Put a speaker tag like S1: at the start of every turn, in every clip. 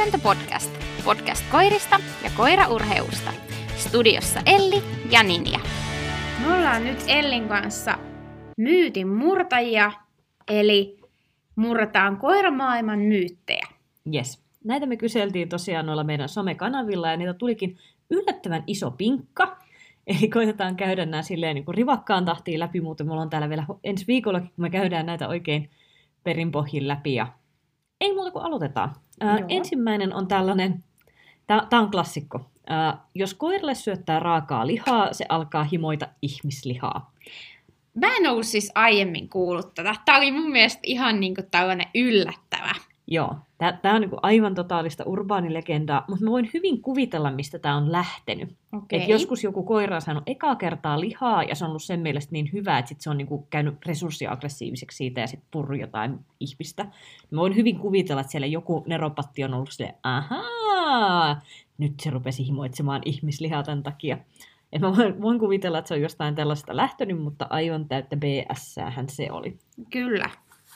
S1: Luontopodcast. Podcast koirista ja koiraurheusta. Studiossa Elli ja Ninja.
S2: Me ollaan nyt Ellin kanssa myytin murtajia, eli murrataan koiramaailman myyttejä.
S3: Jes. Näitä me kyseltiin tosiaan noilla meidän somekanavilla ja niitä tulikin yllättävän iso pinkka. Eli koitetaan käydä nämä silleen niin kuin rivakkaan tahtiin läpi, mutta mulla on täällä vielä ensi viikollakin, kun me käydään näitä oikein perinpohjin läpi. Ja ei muuta kuin aloitetaan. Ensimmäinen on tällainen, tämä on klassikko. Jos koiralle syöttää raakaa lihaa, se alkaa himoita ihmislihaa.
S2: Mä en ollut siis aiemmin kuullut tätä. Tämä oli mun mielestä ihan niin kuin tällainen yllättävä.
S3: Joo, tämä on niin kuin aivan totaalista urbaanilegendaa, mutta mä voin hyvin kuvitella, mistä tämä on lähtenyt.
S2: Okei.
S3: Et joskus joku koira on saanut ekaa kertaa lihaa, ja se on ollut sen mielestä niin hyvä, että sit se on niin kuin käynyt resurssiaggressiiviseksi siitä, ja sitten purru jotain ihmistä. Mä voin hyvin kuvitella, että siellä joku neropatti on ollut silleen, ahaa, nyt se rupesi himoitsemaan ihmislihaa tämän takia. Et mä voin kuvitella, että se on jostain tällaista lähtenyt, mutta aivan täyttä BS-hän se oli.
S2: Kyllä.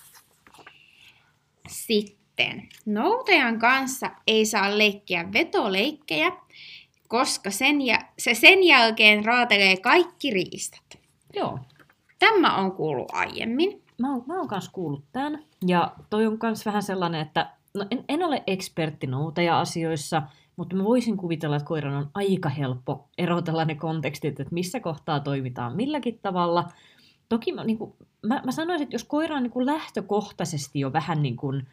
S2: Sitten. Noutajan kanssa ei saa leikkiä vetoleikkejä, koska se sen jälkeen raatelee kaikki riistat.
S3: Joo.
S2: Tämä on kuullut aiemmin.
S3: Mä oon kans kuullut tämän. Ja toi on kans vähän sellainen, että no en ole ekspertti noutaja-asioissa, mutta mä voisin kuvitella, että koiran on aika helppo erotella ne kontekstit, että missä kohtaa toimitaan milläkin tavalla. Toki mä sanoisin, että jos koira on niin kuin lähtökohtaisesti jo vähän niin kuin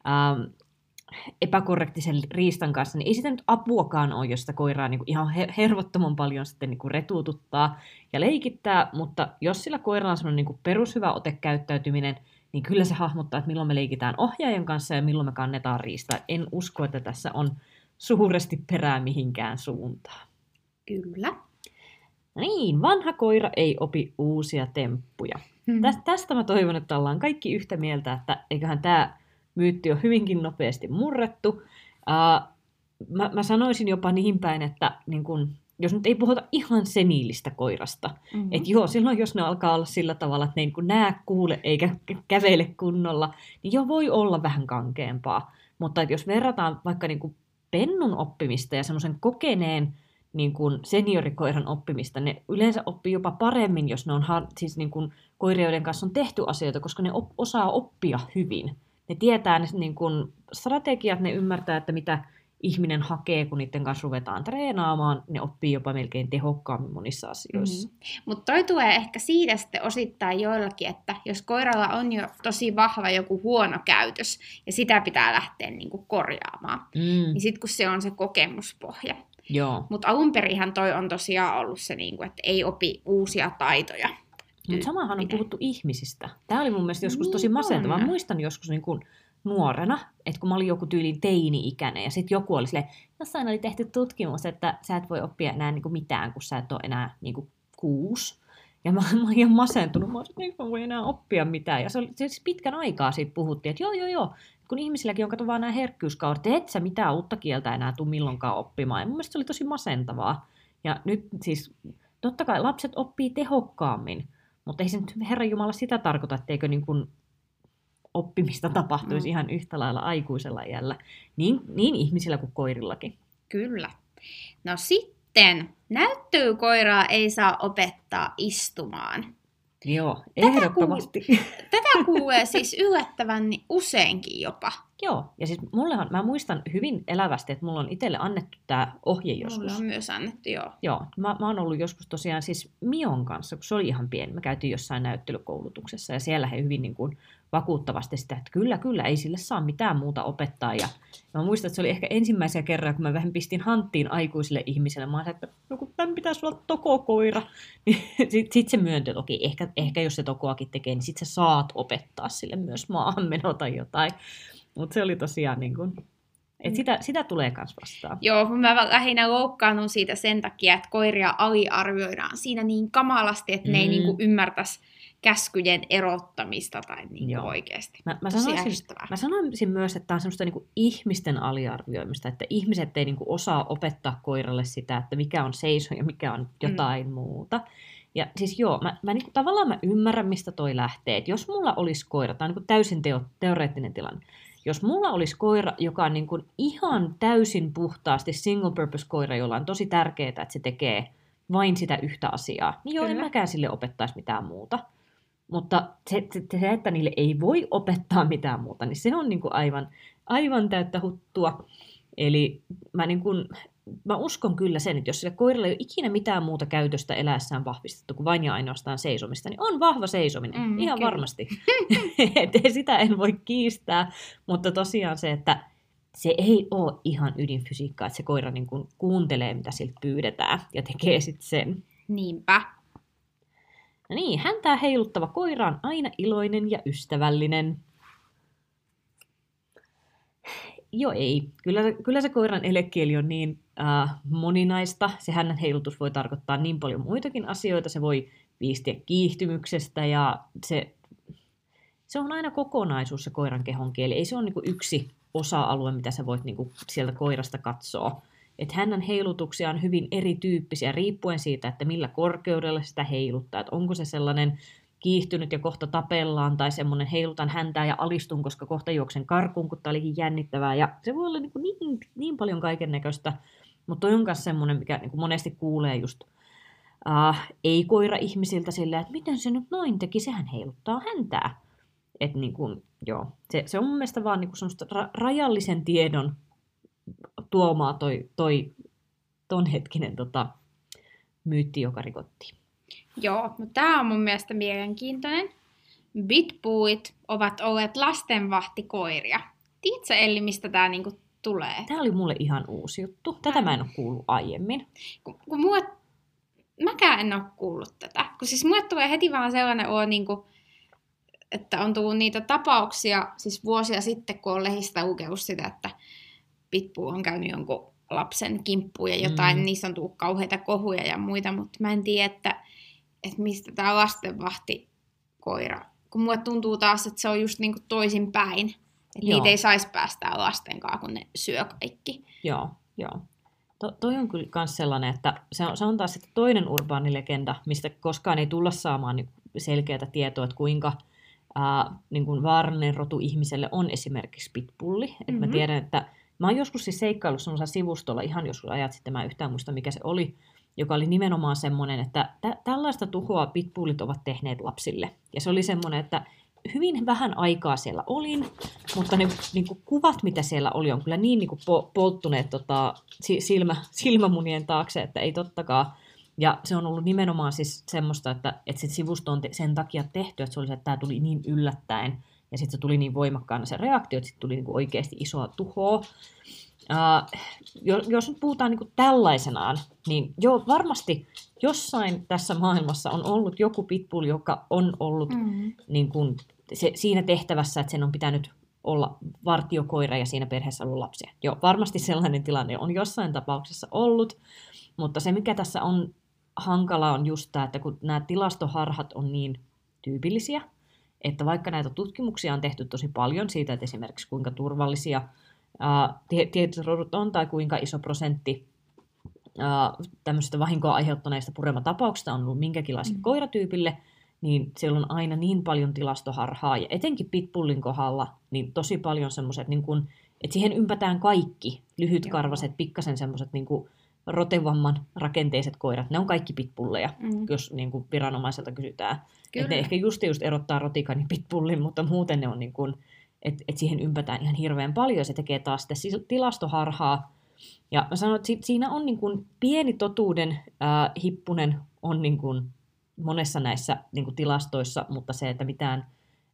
S3: epäkorrektisen riistan kanssa, niin ei sitä nyt apuakaan ole, jos sitä koiraa niin kuin ihan hervottoman paljon sitten niin kuin retuututtaa ja leikittää, mutta jos sillä koiralla on semmoinen niin kuin perushyvä otekäyttäytyminen, niin kyllä se hahmottaa, että milloin me leikitään ohjaajan kanssa ja milloin me kannetaan riistaa. En usko, että tässä on suuresti perää mihinkään suuntaan.
S2: Kyllä.
S3: Niin, vanha koira ei opi uusia temppuja. Tästä mä toivon, että ollaan kaikki yhtä mieltä, että eiköhän tämä myytti ole hyvinkin nopeasti murrettu. Mä sanoisin jopa niin päin, että niin kun, jos nyt ei puhuta ihan seniilistä koirasta, että joo, silloin jos ne alkaa olla sillä tavalla, että ne ei niin näe, kuule eikä kävele kunnolla, niin jo voi olla vähän kankeampaa. Mutta että jos verrataan vaikka niin kuin pennun oppimista ja semmoisen kokeneen niin kuin seniorikoiran oppimista, ne yleensä oppii jopa paremmin, jos ne on siis niin kuin koiria, joiden kanssa on tehty asioita, koska ne osaa oppia hyvin. Ne tietää ne niin kuin strategiat, ne ymmärtää, että mitä ihminen hakee, kun niiden kanssa ruvetaan treenaamaan, ne oppii jopa melkein tehokkaammin monissa asioissa.
S2: Mutta toi tulee ehkä siitä sitten osittain joillakin, että jos koiralla on jo tosi vahva joku huono käytös, ja sitä pitää lähteä niinku korjaamaan, niin sitten kun se on se kokemuspohja. Mutta alunperinhän toi on tosiaan ollut se, niinku, että ei opi uusia taitoja.
S3: Mutta samahan on puhuttu ihmisistä. Tämä oli mun mielestä joskus tosi masentavaa. Muistan joskus niin kuin nuorena, että kun mä olin joku tyyliin teini-ikäinen, ja sitten joku oli silleen, jossain oli tehty tutkimus, että sä et voi oppia enää niin kuin mitään, kun sä et ole enää niin kuin 6. Ja mä olin ihan masentunut, mä olin, että mä voi enää oppia mitään. Ja se oli siis pitkän aikaa siitä puhuttiin, että joo, kun ihmisilläkin on kato vaan nämä herkkyyskaudet, että et sä mitään uutta kieltä enää tule milloinkaan oppimaan. Ja mun mielestä se oli tosi masentavaa. Ja nyt siis, totta kai lapset oppii tehokkaammin, mutta ei se nyt Herranjumala sitä tarkoita, etteikö niin kuin oppimista tapahtuisi ihan yhtä lailla aikuisella iällä, niin ihmisillä kuin koirillakin.
S2: Kyllä. No sitten, näyttelykoiraa ei saa opettaa istumaan.
S3: Joo, ehdottomasti.
S2: Tätä kuulee siis yllättävän useinkin jopa.
S3: Joo, ja siis mä muistan hyvin elävästi, että mulla on itselle annettu tämä ohje joskus.
S2: Mulla on myös annettu, joo.
S3: Joo, mä oon ollut joskus tosiaan siis Mion kanssa, kun se oli ihan pieni. Me käytiin jossain näyttelykoulutuksessa, ja siellä he hyvin niin kuin vakuuttavasti sitä, että kyllä, ei sille saa mitään muuta opettaa. Ja mä muistan, että se oli ehkä ensimmäisiä kerran, kun mä vähän pistin hanttiin aikuisille ihmisille. Mä sanoin, että no kun tämän pitäisi olla tokokoira. Sitten se myöntyi toki, ehkä jos se tokoakin tekee, niin sit sä saat opettaa sille myös maahanmeno tai jotain. Mutta se oli tosiaan niin kuin, että sitä tulee myös vastaan.
S2: Joo, mä lähinnä loukkaannut siitä sen takia, että koiria aliarvioidaan siinä niin kamalasti, että ne ei niin kuin ymmärtäisi käskyjen erottamista tai niin oikeasti.
S3: Mä sanoisin myös, että tämä on semmoista niin kuin ihmisten aliarvioimista, että ihmiset ei niin kuin osaa opettaa koiralle sitä, että mikä on seiso ja mikä on jotain muuta. Ja siis joo, mä niin kuin, tavallaan mä ymmärrän, mistä toi lähtee. Et jos mulla olisi koira, tämä on niin kuin täysin teoreettinen tilanne. jos mulla olisi koira, joka on niin kuin ihan täysin puhtaasti single purpose koira, jolla on tosi tärkeää, että se tekee vain sitä yhtä asiaa, niin joo, en mäkään sille opettaisi mitään muuta. Mutta se, että niille ei voi opettaa mitään muuta, niin se on niin kuin aivan täyttä huttua. Eli mä uskon kyllä sen, että jos sille koiralle ei ole ikinä mitään muuta käytöstä eläessään vahvistettu kuin vain ja ainoastaan seisomista, niin on vahva seisominen, ihan kyllä. Varmasti. Sitä en voi kiistää, mutta tosiaan se, että se ei ole ihan ydinfysiikkaa, että se koira niin kuin kuuntelee, mitä siltä pyydetään ja tekee sitten sen.
S2: Niinpä.
S3: No niin, häntää heiluttava koira on aina iloinen ja ystävällinen. Joo ei. Kyllä se koiran elekieli on niin moninaista. Se hännän heilutus voi tarkoittaa niin paljon muitakin asioita. Se voi viestiä kiihtymyksestä ja se on aina kokonaisuus se koiran kehon kieli. Ei se ole niinku yksi osa-alue, mitä sä voit niinku sieltä koirasta katsoa. Et hännän heilutuksia on hyvin erityyppisiä riippuen siitä, että millä korkeudella sitä heiluttaa. Et onko se sellainen kiihtynyt ja kohta tapellaan tai semmoinen heilutan häntää ja alistun, koska kohta juoksen karkuun, kun tämä olikin jännittävää. Ja se voi olla niin paljon kaiken näköistä, mutta toi on myös semmoinen, mikä niin monesti kuulee just ei-koira-ihmisiltä silleen, että miten se nyt noin teki, sehän heiluttaa häntää. Että joo, se on mun mielestä vaan niin semmoista rajallisen tiedon tuomaa ton hetkinen myytti, joka rikottiin.
S2: Joo, mutta tämä on mun mielestä mielenkiintoinen. Pitbullit ovat olleet lastenvahtikoiria. Tiedätkö, Elli, mistä tämä niinku tulee?
S3: Tämä oli mulle ihan uusi juttu. Tätä mä en ole kuullut aiemmin.
S2: Mäkään en ole kuullut tätä. Kun siis mulle tulee heti vaan sellainen olo, niinku, että on tullut niitä tapauksia siis vuosia sitten, kun on lehdistä lukenut sitä, että pitbull on käynyt jonkun lapsen kimppuun ja jotain, niissä on tullut kauheita kohuja ja muita, mutta mä en tiedä, että mistä tämä lastenvahtikoira, kun mulle tuntuu taas, että se on just niinku toisinpäin, että niitä ei saisi päästää lastenkaan, kun ne syö kaikki.
S3: Joo. Toi on kyllä myös sellainen, että se on taas sitten toinen urbaani legenda, mistä koskaan ei tulla saamaan niin selkeää tietoa, että kuinka niin kuin vaarallinen rotu ihmiselle on esimerkiksi pitbulli. Et mä tiedän, että mä oon joskus siis seikkaillut semmoisella sivustolla, ihan joskus ajat sitten, mä en yhtään muista mikä se oli, joka oli nimenomaan semmoinen, että tällaista tuhoa pitbullit ovat tehneet lapsille. Ja se oli semmoinen, että hyvin vähän aikaa siellä olin, mutta ne niin kuin kuvat, mitä siellä oli, on kyllä niin, kuin polttuneet silmämunien taakse, että ei tottakaan. Ja se on ollut nimenomaan siis semmoista, että se sivusto on sen takia tehty, että se oli se, että tämä tuli niin yllättäen, ja sitten se tuli niin voimakkaana se reaktio, että sitten tuli niin kuin oikeasti isoa tuhoa. Jos nyt puhutaan niin kuin tällaisenaan, niin joo, varmasti jossain tässä maailmassa on ollut joku pitbull, joka on ollut niin kuin siinä tehtävässä, että sen on pitänyt olla vartiokoira ja siinä perheessä ollut lapsia. Joo, varmasti sellainen tilanne on jossain tapauksessa ollut, mutta se mikä tässä on hankalaa on just tämä, että kun nämä tilastoharhat on niin tyypillisiä, että vaikka näitä tutkimuksia on tehty tosi paljon siitä, että esimerkiksi kuinka turvallisia tietyt rodut on tai kuinka iso prosentti tämmöisistä vahinkoa aiheuttaneista purematapauksista on ollut minkäkinlaiselle koiratyypille, niin siellä on aina niin paljon tilastoharhaa, ja etenkin pitbullin kohdalla niin tosi paljon semmoiset, niin kun, että siihen ympätään kaikki lyhytkarvaset, pikkasen semmoiset niin kuin rotevamman rakenteiset koirat, ne on kaikki pitbulleja, jos niin kuin viranomaiselta kysytään. Että ne ehkä just erottaa rotikan ja pitbullin, mutta muuten ne on niin kuin, että siihen ympätään ihan hirveän paljon, ja se tekee taas sitä tilastoharhaa. Ja mä sanon, että siinä on niin kuin pieni totuuden hippunen on niin kuin monessa näissä niin kuin tilastoissa, mutta se, että mitään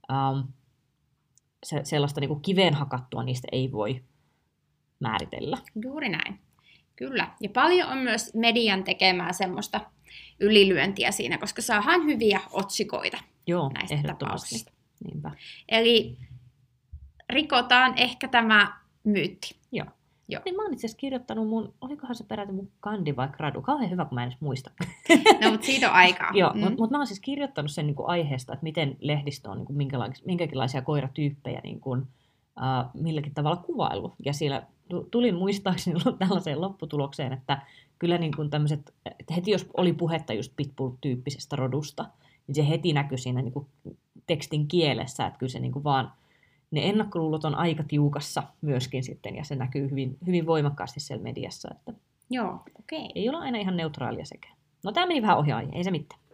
S3: sellaista niin kuin kiveen hakattua niistä ei voi määritellä.
S2: Juuri näin. Kyllä. Ja paljon on myös median tekemää semmoista ylilyöntiä siinä, koska saadaan hyviä otsikoita näistä tapauksista.
S3: Niinpä.
S2: Eli rikotaan ehkä tämä myytti.
S3: Joo. Niin mä oon itse asiassa kirjoittanut olikohan se peräti mun kandi vai gradu, kauhean hyvä kun mä en edes muista.
S2: No mutta siitä on aikaa.
S3: Joo, mutta mä oon siis kirjoittanut sen niin kuin aiheesta, että miten lehdistö on niin kuin minkälaisia koiratyyppejä niin kuin, milläkin tavalla kuvailu. Ja siellä tulin muistaakseni tällaiseen lopputulokseen, että kyllä niin kuin tämmöiset, että heti jos oli puhetta just pitbull-tyyppisestä rodusta, niin se heti näkyi siinä niin kuin tekstin kielessä, että kyllä se niin kuin vaan ne ennakkoluulot on aika tiukassa myöskin sitten, ja se näkyy hyvin, hyvin voimakkaasti siellä mediassa, että
S2: Joo, okei.
S3: ei olla aina ihan neutraalia sekään. No tää meni vähän ohi aihe, ei se mitään.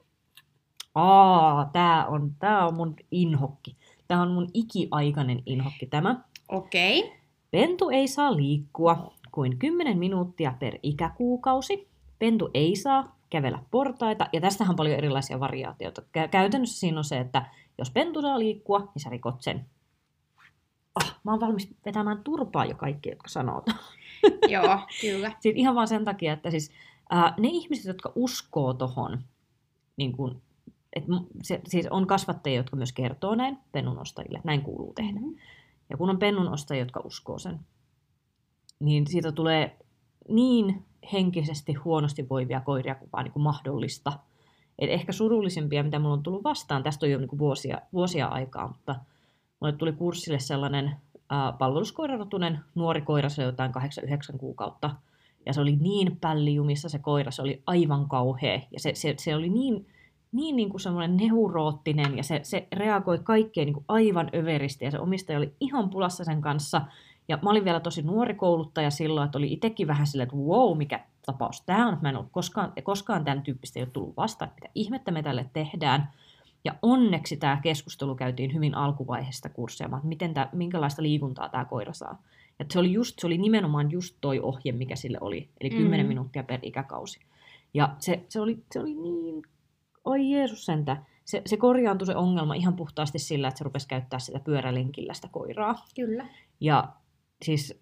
S3: Tää on mun inhokki. Tää on mun ikiaikainen inhokki tämä.
S2: Okei.
S3: Pentu ei saa liikkua kuin 10 minuuttia per ikäkuukausi. Pentu ei saa kävellä portaita, ja tästähän on paljon erilaisia variaatioita. Käytännössä siinä on se, että jos pentu saa liikkua, niin sä rikot sen. Mä oon valmis vetämään turpaa jo kaikki, jotka sanoo.
S2: Joo, kyllä.
S3: Sitten ihan vaan sen takia, että siis, ne ihmiset, jotka uskoo tohon, niin kun, siis on kasvattajia, jotka myös kertoo näin pennunostajille, näin kuuluu tehdä. Mm-hmm. Ja kun on pennunostajia, jotka uskoo sen, niin siitä tulee niin henkisesti huonosti voivia koiria kuin vaan niin kuin mahdollista. Et ehkä surullisimpia, mitä mulla on tullut vastaan, tästä on jo niin kuin vuosia aikaa, mutta mulle tuli kurssille sellainen palveluskoirarotunen nuori koira, se oli jotain 8-9 kuukautta, ja se oli niin pällijumissa se koira, se oli aivan kauhea, ja se oli niin kuin semmoinen neuroottinen, ja se reagoi kaikkeen niin kuin aivan överisti, ja se omistaja oli ihan pulassa sen kanssa, ja mä olin vielä tosi nuori kouluttaja silloin, että oli itsekin vähän silleen, että wow, mikä tapaus tämä on, että mä en ole koskaan tämän tyyppistä ei ole tullut vastaan, että mitä ihmettä me tälle tehdään. Ja onneksi tämä keskustelu käytiin hyvin alkuvaiheesta kurssia, että minkälaista liikuntaa tämä koira saa. Ja se oli nimenomaan just toi ohje, mikä sille oli, eli 10 minuuttia per ikäkausi. Ja se oli niin, oi Jeesus sentä, se korjaantui se ongelma ihan puhtaasti sillä, että se rupesi käyttää sitä pyörälenkillä sitä koiraa.
S2: Kyllä.
S3: Ja siis,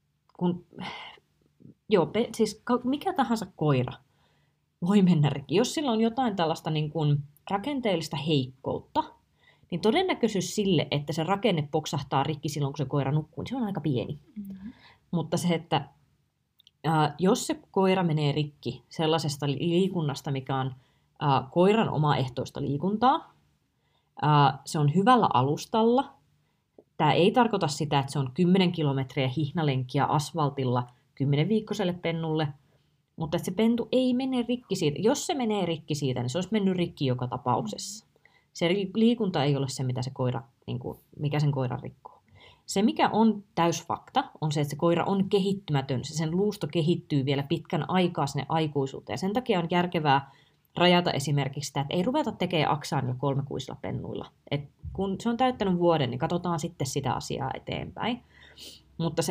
S3: siis mikä tahansa koira voi mennä rikki. Jos sillä on jotain tällaista niin kuin rakenteellista heikkoutta, niin todennäköisyys sille, että se rakenne poksahtaa rikki silloin, kun se koira nukkuu, niin se on aika pieni. Mm-hmm. Mutta se, että jos se koira menee rikki sellaisesta liikunnasta, mikä on koiran omaehtoista liikuntaa, se on hyvällä alustalla. Tämä ei tarkoita sitä, että se on 10 kilometriä hihnalenkkiä asfaltilla 10-viikkoiselle pennulle, mutta että se pentu ei mene rikki siitä. Jos se menee rikki siitä, niin se olisi mennyt rikki joka tapauksessa. Se liikunta ei ole se, mikä sen koiran rikkoo. Se, mikä on täysfakta, on se, että se koira on kehittymätön. Sen luusto kehittyy vielä pitkän aikaa sinne aikuisuuteen. Ja sen takia on järkevää rajata esimerkiksi sitä, että ei ruveta tekemään aksaa niillä 3-kuisilla pennuilla. Et kun se on täyttänyt vuoden, niin katsotaan sitten sitä asiaa eteenpäin. Mutta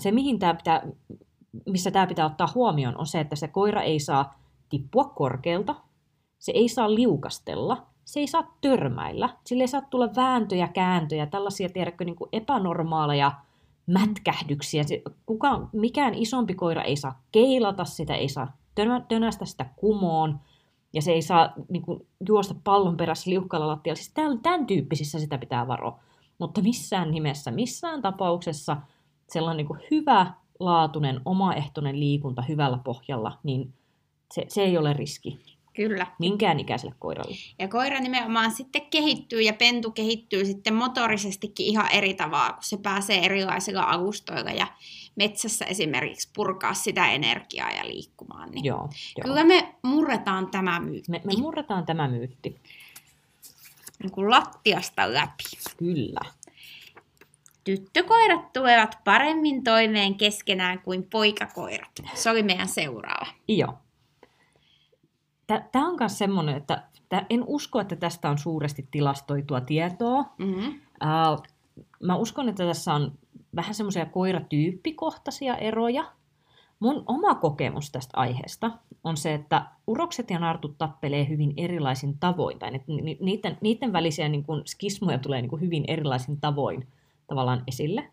S3: missä tämä pitää ottaa huomioon, on se, että se koira ei saa tippua korkealta, se ei saa liukastella, se ei saa törmäillä, sille ei saa tulla vääntöjä, kääntöjä, tällaisia tiedätkö, niin kuin epänormaaleja mätkähdyksiä. Mikään isompi koira ei saa keilata sitä, ei saa tönästä sitä kumoon, ja se ei saa niin kuin, juosta pallon perässä liukkaalla lattialla. Siis tämän tyyppisissä sitä pitää varoa. Mutta missään nimessä, missään tapauksessa sellainen niin kuin hyvälaatuinen, omaehtoinen liikunta hyvällä pohjalla, niin se ei ole riski.
S2: Kyllä.
S3: Minkään ikäiselle koiralle.
S2: Ja koira nimenomaan sitten kehittyy ja pentu kehittyy sitten motorisestikin ihan eri tavalla, kun se pääsee erilaisilla alustoilla ja metsässä esimerkiksi purkaa sitä energiaa ja liikkumaan. Niin
S3: Joo.
S2: Kyllä me murretaan tämä myytti.
S3: Me murretaan tämä myytti.
S2: Niin kuin lattiasta läpi.
S3: Kyllä.
S2: Tyttökoirat tulevat paremmin toimeen keskenään kuin poikakoirat. Se oli meidän seuraava.
S3: Joo. Tämä on myös semmoinen, että en usko, että tästä on suuresti tilastoitua tietoa. Mm-hmm. Mä uskon, että tässä on vähän semmoisia koiratyyppikohtaisia eroja. Mun oma kokemus tästä aiheesta on se, että urokset ja nartut tappelee hyvin erilaisin tavoin. Tai niiden välisiä niin kuin skismoja tulee niin kuin hyvin erilaisin tavoin tavallaan esille.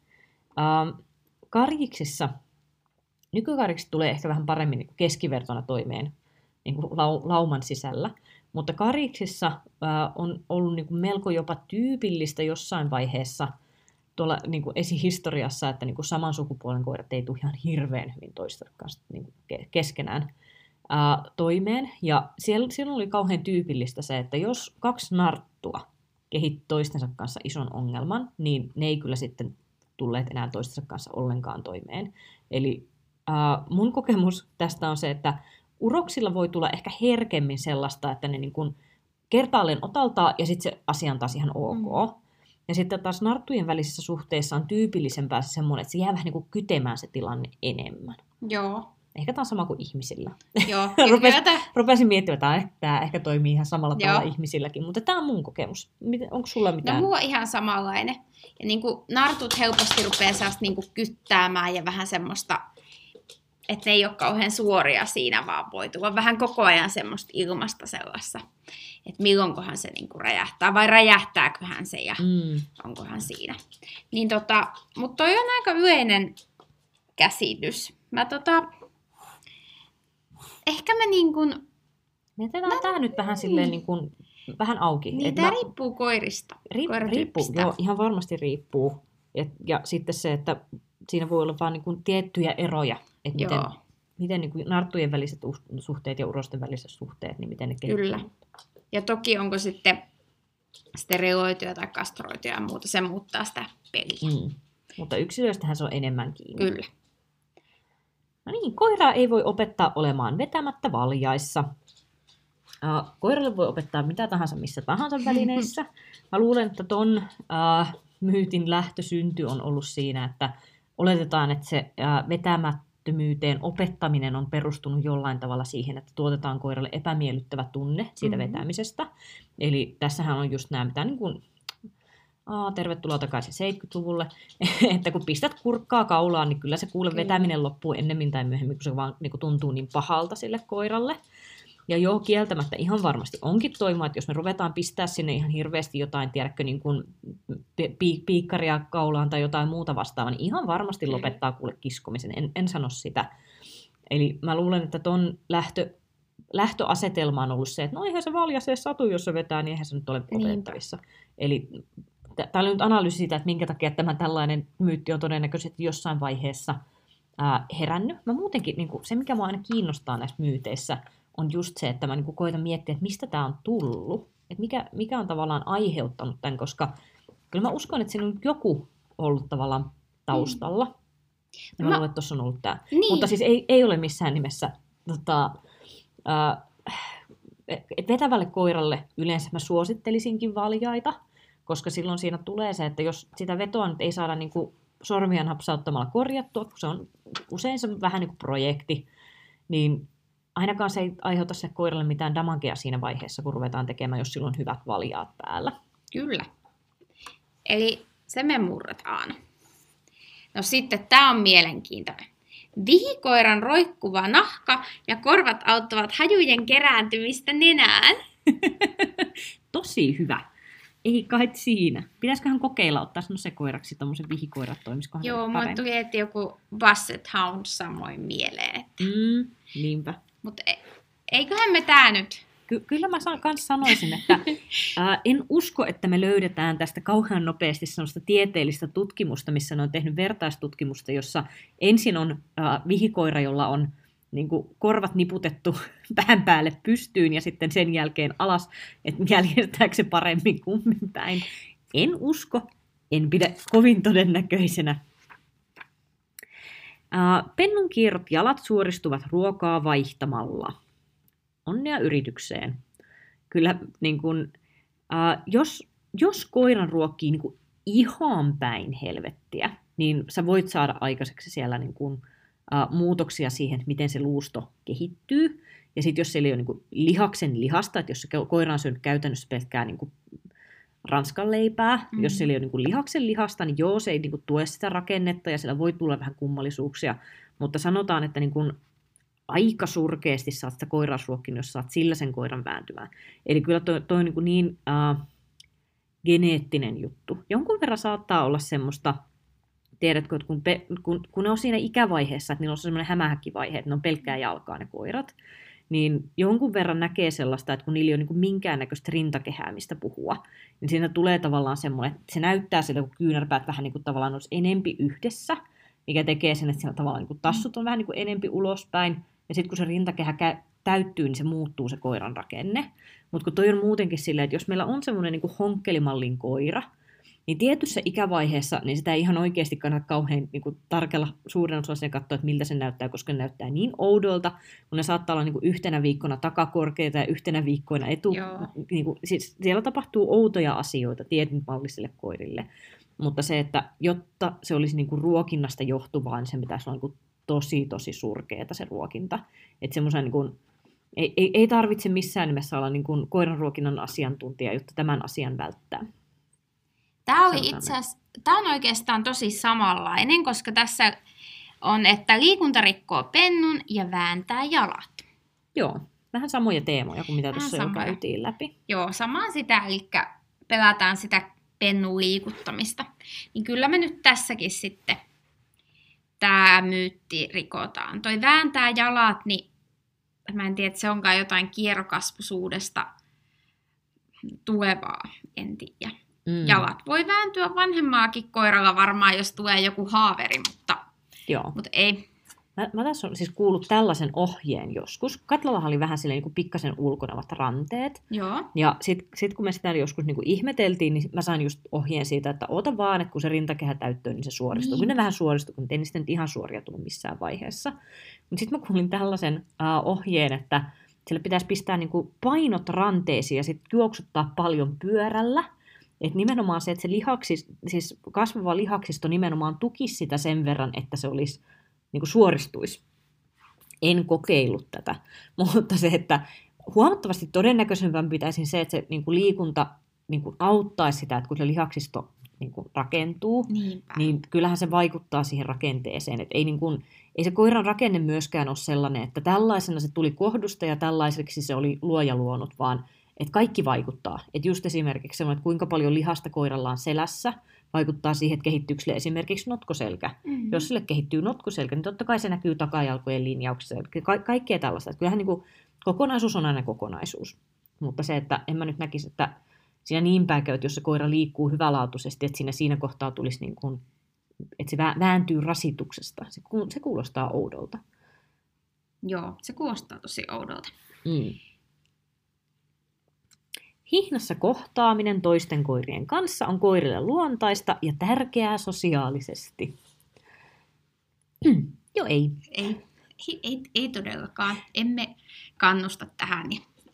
S3: Nykykarjiksissa tulee ehkä vähän paremmin niin kuin keskivertona toimeen niin kuin lauman sisällä, mutta karjiksissa on ollut niin kuin melko jopa tyypillistä jossain vaiheessa tuolla niin kuin esihistoriassa, että niin kuin saman sukupuolen koirat ei tule ihan hirveän hyvin toistensa kanssa niin kuin keskenään toimeen. Ja siellä oli kauhean tyypillistä se, että jos 2 narttua kehitti toistensa kanssa ison ongelman, niin ne ei kyllä sitten tulleet enää toistensa kanssa ollenkaan toimeen. Eli mun kokemus tästä on se, että uroksilla voi tulla ehkä herkemmin sellaista, että ne niin kuin kertaalleen otaltaa ja sitten se asia on taas ihan ok. Ja sitten taas narttujen välisissä suhteissa on tyypillisempää se semmoinen, että se jää vähän niin kuin kytemään se tilanne enemmän.
S2: Joo.
S3: Ehkä tämä on sama kuin ihmisillä.
S2: Joo.
S3: Rupesin miettimään, että tämä ehkä toimii ihan samalla tavalla ihmisilläkin, mutta tämä on mun kokemus. Onko sulla mitään?
S2: No mulla on ihan samanlainen. Ja niin kuin nartut helposti rupeaa sellaista niin kuin kyttäämään ja vähän semmoista, että ne ei ole kauhean suoria siinä, vaan voi tulla vähän koko ajan semmoista ilmasta sellaista, että milloinkohan se niin kuin räjähtää, vai räjähtääköhän se ja onkohan siinä. Niin mutta toi on aika yleinen käsitys. Ehkä me niin kuin...
S3: Mietitään tämä nyt vähän silleen niin kuin, vähän auki.
S2: Niin, tämä riippuu koirista.
S3: Riippuu, joo, ihan varmasti riippuu. Ja sitten se, että siinä voi olla vain niin kuin tiettyjä eroja, että miten niin kuin narttujen väliset suhteet ja urosten väliset suhteet, niin miten ne kehittyy.
S2: Kyllä. Ja toki onko sitten steriloituja tai kastroituja ja muuta, se muuttaa sitä peliä.
S3: Mutta yksilöistähän se on enemmän kiinni.
S2: Kyllä.
S3: No niin, koiraa ei voi opettaa olemaan vetämättä valjaissa. Koiralle voi opettaa mitä tahansa missä tahansa välineissä. Mä luulen, että ton myytin lähtösynty on ollut siinä, että oletetaan, että se vetämättömyyteen opettaminen on perustunut jollain tavalla siihen, että tuotetaan koiralle epämiellyttävä tunne siitä vetämisestä. Eli tässähän on just nämä, mitä niin kuin, tervetuloa takaisin 70-luvulle, että kun pistät kurkkaa kaulaan, niin kyllä se vetäminen loppuu ennemmin tai myöhemmin, kun se vaan niin kuin tuntuu niin pahalta sille koiralle. Ja joo, kieltämättä ihan varmasti onkin toimia, että jos me ruvetaan pistää sinne ihan hirveästi jotain, tiedätkö, niin kuin piikkaria kaulaan tai jotain muuta vastaavaa, niin ihan varmasti lopettaa kuule kiskomisen. En sano sitä. Eli mä luulen, että ton lähtöasetelma on ollut se, että no eihän se valjaisee satu, jos se vetää, niin eihän se nyt ole opetettavissa. Eli tämä oli nyt analyysi siitä, että minkä takia tämä tällainen myytti on todennäköisesti jossain vaiheessa herännyt. Mä muutenkin, niin kuin, se mikä mua aina kiinnostaa näissä myyteissä, on just se, että mä niin kuin koitan miettiä, että mistä tämä on tullut. Että mikä on tavallaan aiheuttanut tämän, koska kyllä mä uskon, että siinä on joku ollut tavallaan taustalla. Ja mä luulen, että tuossa on ollut tämä. Niin. Mutta siis ei ole missään nimessä vetävälle koiralle yleensä mä suosittelisinkin valjaita, koska silloin siinä tulee se, että jos sitä vetoa nyt ei saada niin kuin sormia napsauttamalla korjattua, kun se on usein se vähän niin kuin projekti, niin ainakaan se ei aiheuta se koiralle mitään damagea siinä vaiheessa, kun ruvetaan tekemään, jos silloin on hyvät valjaat päällä.
S2: Kyllä. Eli se me murretaan. No sitten tämä on mielenkiintoinen. Vihikoiran roikkuva nahka ja korvat auttavat hajujen kerääntymistä nenään.
S3: Tosi hyvä. Ei kai siinä. Pitäisiköhän kokeilla ottaa se koiraksi tommosen vihikoirat, toimisikohan
S2: joo, mulle tuli heti joku Basset Hound samoin mieleen. Että...
S3: niinpä.
S2: Mutta eiköhän me tää nyt...
S3: Kyllä mä kans sanoisin, että en usko, että me löydetään tästä kauhean nopeasti sellaista tieteellistä tutkimusta, missä ne on tehnyt vertaistutkimusta, jossa ensin on vihikoira, jolla on niin kuin korvat niputettu pään päälle pystyyn ja sitten sen jälkeen alas, että jäljestääkö se paremmin kummin päin. En usko, en pidä kovin todennäköisenä. Pennun kiirot jalat suoristuvat ruokaa vaihtamalla. Onnea yritykseen. Kyllä, niin kun, jos koiran ruokkii niin kun ihan päin helvettiä, niin sä voit saada aikaiseksi siellä niin kun, muutoksia siihen, miten se luusto kehittyy. Ja sitten jos siellä ei ole niin kun lihaksen lihasta, että jos se koira on syönyt käytännössä pelkkää niin kun ranskan leipää, jos siellä ei ole niin kun lihaksen lihasta, niin joo, se ei niin kun tue sitä rakennetta ja siellä voi tulla vähän kummallisuuksia. Mutta sanotaan, että niin kun aika surkeasti saat sitä koiraa ruokkinut, jos saat sillä sen koiran vääntymään. Eli kyllä toi on niin geneettinen juttu. Jonkun verran saattaa olla semmoista, tiedätkö, että kun ne on siinä ikävaiheessa, että niillä on semmoinen hämähäkkivaihe, että ne on pelkkää jalkaa ne koirat, niin jonkun verran näkee sellaista, että kun niillä ei ole niin minkäännäköistä rintakehää, mistä puhua, niin siinä tulee tavallaan semmoinen, että se näyttää siltä, kun kyynärpäät vähän niin kuin tavallaan olisi enempi yhdessä, mikä tekee sen, että siellä tavallaan niin kuin tassut on vähän niin kuin enempi ulospäin, ja sitten kun se rintakehä täyttyy, niin se muuttuu se koiran rakenne. Mutta kun toi on muutenkin silleen, että jos meillä on semmoinen niin kuin honkkelimallin koira, niin tietyssä ikävaiheessa niin sitä ei ihan oikeasti kannata kauhean niin kuin, tarkella suuren osan katsoa, että miltä se näyttää, koska ne näyttää niin oudolta, kun ne saattaa olla niin kuin, yhtenä viikkona takakorkeita ja yhtenä viikkoina niin kuin, siis siellä tapahtuu outoja asioita tietyn mallisille koirille, mutta se, että jotta se olisi niin kuin, ruokinnasta johtuvaa, niin se pitäisi olla niin kuin, tosi surkeata se ruokinta. Että semmoisen niin kuin, ei tarvitse missään nimessä olla niin kuin koiranruokinnan asiantuntija, jotta tämän asian välttää.
S2: Tämä on oikeastaan tosi samanlainen, koska tässä on, että liikunta rikkoo pennun ja vääntää jalat.
S3: Joo, vähän samoja teemoja kuin mitä tuossa jo käytiin läpi.
S2: Joo, samaa sitä, eli pelataan sitä pennun liikuttamista. Niin kyllä me nyt tässäkin sitten tämä myytti rikotaan. Toi vääntää jalat, niin mä en tiedä, että se onkaan jotain kierrokasvuisuudesta tulevaa, en tiedä. Jalat voi vääntyä vanhemmaakin koiralla varmaan, jos tulee joku haaveri, mutta ei.
S3: Mä tässä on siis kuullut tällaisen ohjeen joskus. Katlallahan oli vähän silleen niin kuin pikkasen ulkonevat ranteet.
S2: Joo.
S3: Ja sit kun me sitä joskus niin kuin ihmeteltiin, niin mä sain just ohjeen siitä, että oota vaan, että kun se rintakehä täyttöön, niin se suoristuu. Niin. Kun ne vähän suoristuu, kun ei niistä nyt ihan suoria tullut missään vaiheessa. Mutta sitten mä kuulin tällaisen ohjeen, että sillä pitäisi pistää niin kuin painot ranteisiin ja sitten juoksuttaa paljon pyörällä. Että nimenomaan se, että se siis kasvava lihaksisto nimenomaan tukisi sitä sen verran, että se olisi niin kuin suoristuisi. En kokeillut tätä, mutta se, että huomattavasti todennäköisempää pitäisi se, että se niin kuin liikunta niin kuin auttaisi sitä, että kun se lihaksisto niin kuin rakentuu, niin kyllähän se vaikuttaa siihen rakenteeseen. Että ei se koiran rakenne myöskään ole sellainen, että tällaisena se tuli kohdusta ja tällaiseksi se oli luoja luonut, vaan että kaikki vaikuttaa. Että just esimerkiksi semmoinen, että kuinka paljon lihasta koiralla on selässä, vaikuttaa siihen, että kehittyykö sille esimerkiksi notkoselkä. Mm-hmm. Jos sille kehittyy notkoselkä, niin totta kai se näkyy takajalkojen linjauksessa. Kaikkea tällaista. Että kyllähän niin kuin, kokonaisuus on aina kokonaisuus. Mutta se, että en mä nyt näkisi, että siinä niin päin käy, että jos se koira liikkuu hyvälaatuisesti, että siinä kohtaa tulisi, niin kuin, että se vääntyy rasituksesta. Se kuulostaa oudolta.
S2: Joo, se kuulostaa tosi oudolta.
S3: Hihnassa kohtaaminen toisten koirien kanssa on koirille luontaista ja tärkeää sosiaalisesti. Joo, ei.
S2: Ei todellakaan. Emme kannusta tähän.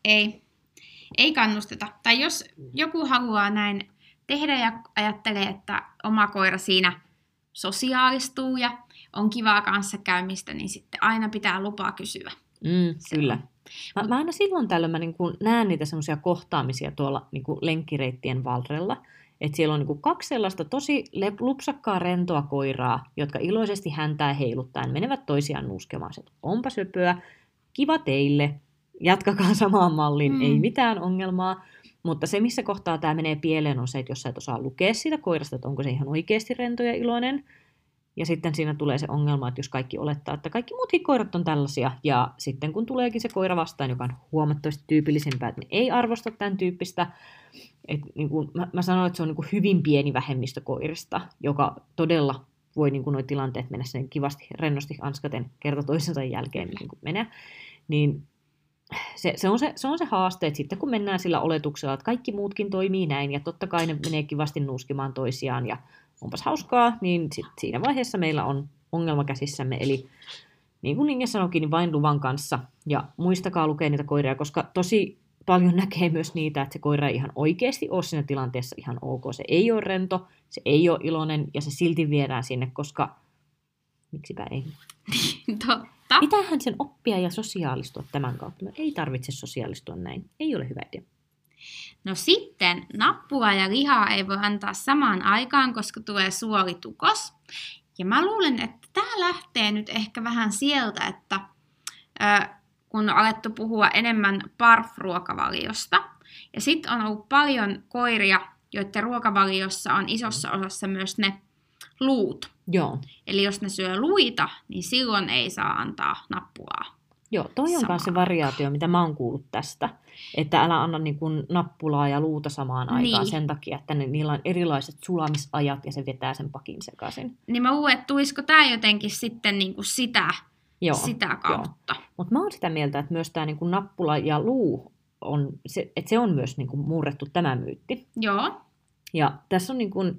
S2: Ei kannusteta. Tai jos joku haluaa näin tehdä ja ajattelee, että oma koira siinä sosiaalistuu ja on kivaa kanssakäymistä, niin sitten aina pitää lupaa kysyä.
S3: Kyllä. Mä aina silloin tällöin mä niin kuin näen niitä semmoisia kohtaamisia tuolla niin kuin lenkkireittien varrella, että siellä on niin kuin 2 sellaista tosi lupsakkaa rentoa koiraa, jotka iloisesti häntää heiluttaen menevät toisiaan nuskemaan. Että onpa söpöä, kiva teille, jatkakaa samaan malliin, ei mitään ongelmaa. Mutta se, missä kohtaa tämä menee pieleen, on se, että jos sä et osaa lukea siitä koirasta, että onko se ihan oikeasti rento ja iloinen. Ja sitten siinä tulee se ongelma, että jos kaikki olettaa, että kaikki muutkin koirat on tällaisia, ja sitten kun tuleekin se koira vastaan, joka on huomattavasti tyypillisempää, että ne ei arvosta tämän tyyppistä, että niin kuin mä sanoin, että se on niin kuin hyvin pieni vähemmistö koirista, joka todella voi niin kuin nuo tilanteet mennä sen kivasti, rennosti anskaten kerta toisensa jälkeen niin kuin mennä, niin se on se haaste, että sitten kun mennään sillä oletuksella, että kaikki muutkin toimii näin, ja totta kai ne menee kivasti nuuskimaan toisiaan, ja onpas hauskaa, niin siinä vaiheessa meillä on ongelma käsissämme, eli niin kuin Inge sanoikin, niin vain luvan kanssa, ja muistakaa lukea niitä koiria, koska tosi paljon näkee myös niitä, että se koira ei ihan oikeasti ole siinä tilanteessa ihan ok, se ei ole rento, se ei ole iloinen, ja se silti viedään sinne, koska miksipä ei.
S2: Totta.
S3: Pitäähän sen oppia ja sosiaalistua tämän kautta. Ei tarvitse sosiaalistua näin. Ei ole hyvä idea.
S2: No sitten nappua ja lihaa ei voi antaa samaan aikaan, koska tulee suolitukos. Ja mä luulen, että tämä lähtee nyt ehkä vähän sieltä, että kun on alettu puhua enemmän PARF-ruokavaliosta. Ja sitten on ollut paljon koiria, joiden ruokavaliossa on isossa osassa myös ne luut.
S3: Joo.
S2: Eli jos ne syö luita, niin silloin ei saa antaa nappulaa.
S3: Joo, toi on myös se variaatio, mitä mä oon kuullut tästä. Että älä anna niin kuin nappulaa ja luuta samaan aikaan sen takia, että niillä on erilaiset sulamisajat ja se vetää sen pakin sekaisin.
S2: Niin mä luulen, että tulisiko tämä jotenkin sitten niin kuin sitä kautta.
S3: Mutta mä oon sitä mieltä, että myös tämä niin kuin nappula ja luu, että se on myös niin kuin murrettu tämä myytti.
S2: Joo.
S3: Ja tässä on niin kuin,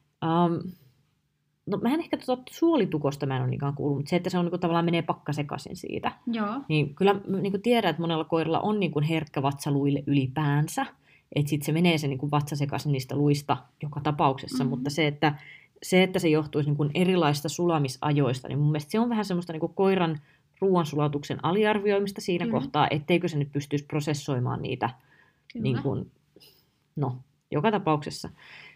S3: no mä en ehkä suolitukosta mä en ole niinkään kuullut, mutta se, että se on niin kuin, tavallaan menee pakkasekaisin siitä.
S2: Joo.
S3: Niin kyllä niin kuin tiedän, että monella koiralla on niin kuin herkkä vatsaluille ylipäänsä, että sitten se menee se niin kuin vatsa sekaisin niistä luista joka tapauksessa, mutta se, että se johtuisi niin kuin erilaisista sulamisajoista, niin mun mielestä se on vähän semmoista niin kuin koiran ruoansulatuksen aliarvioimista siinä kohtaa, etteikö se nyt pystyisi prosessoimaan niitä niin kuin, no, joka tapauksessa.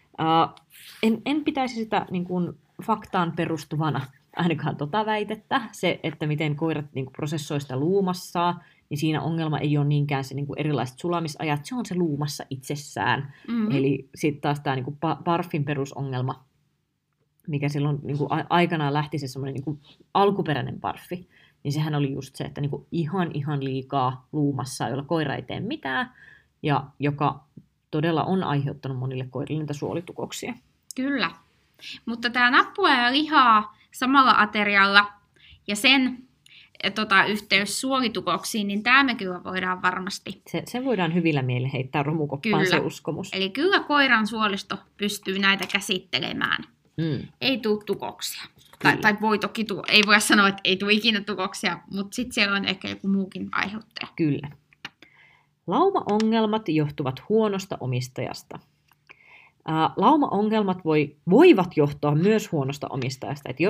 S3: En pitäisi sitä niin kuin, faktaan perustuvana ainakaan väitettä. Se, että miten koirat niin kuin, prosessoi sitä luumassaan, niin siinä ongelma ei ole niinkään se niin kuin, erilaiset sulamisajat, se on se luumassa itsessään. Eli sitten taas tämä niin kuin, barfin perusongelma, mikä silloin niin kuin, aikanaan lähti se semmoinen niin kuin, alkuperäinen barfi, niin sehän oli just se, että niin kuin, ihan liikaa luumassa, jolla koira ei tee mitään, ja joka todella on aiheuttanut monille koirille niitä suolitukoksia.
S2: Kyllä. Mutta tämä nappua ja lihaa samalla aterialla ja sen yhteys suolitukoksiin, niin tämä me kyllä voidaan varmasti.
S3: Se voidaan hyvillä mielin heittää romukoppaan se uskomus.
S2: Eli kyllä koiran suolisto pystyy näitä käsittelemään. Ei tule tukoksia. Tai voi toki ei voi sanoa, että ei tule ikinä tukoksia, mutta sitten siellä on ehkä joku muukin aiheuttaja.
S3: Kyllä. Laumaongelmat johtuvat huonosta omistajasta. Laumaongelmat voivat johtua myös huonosta omistajasta. Et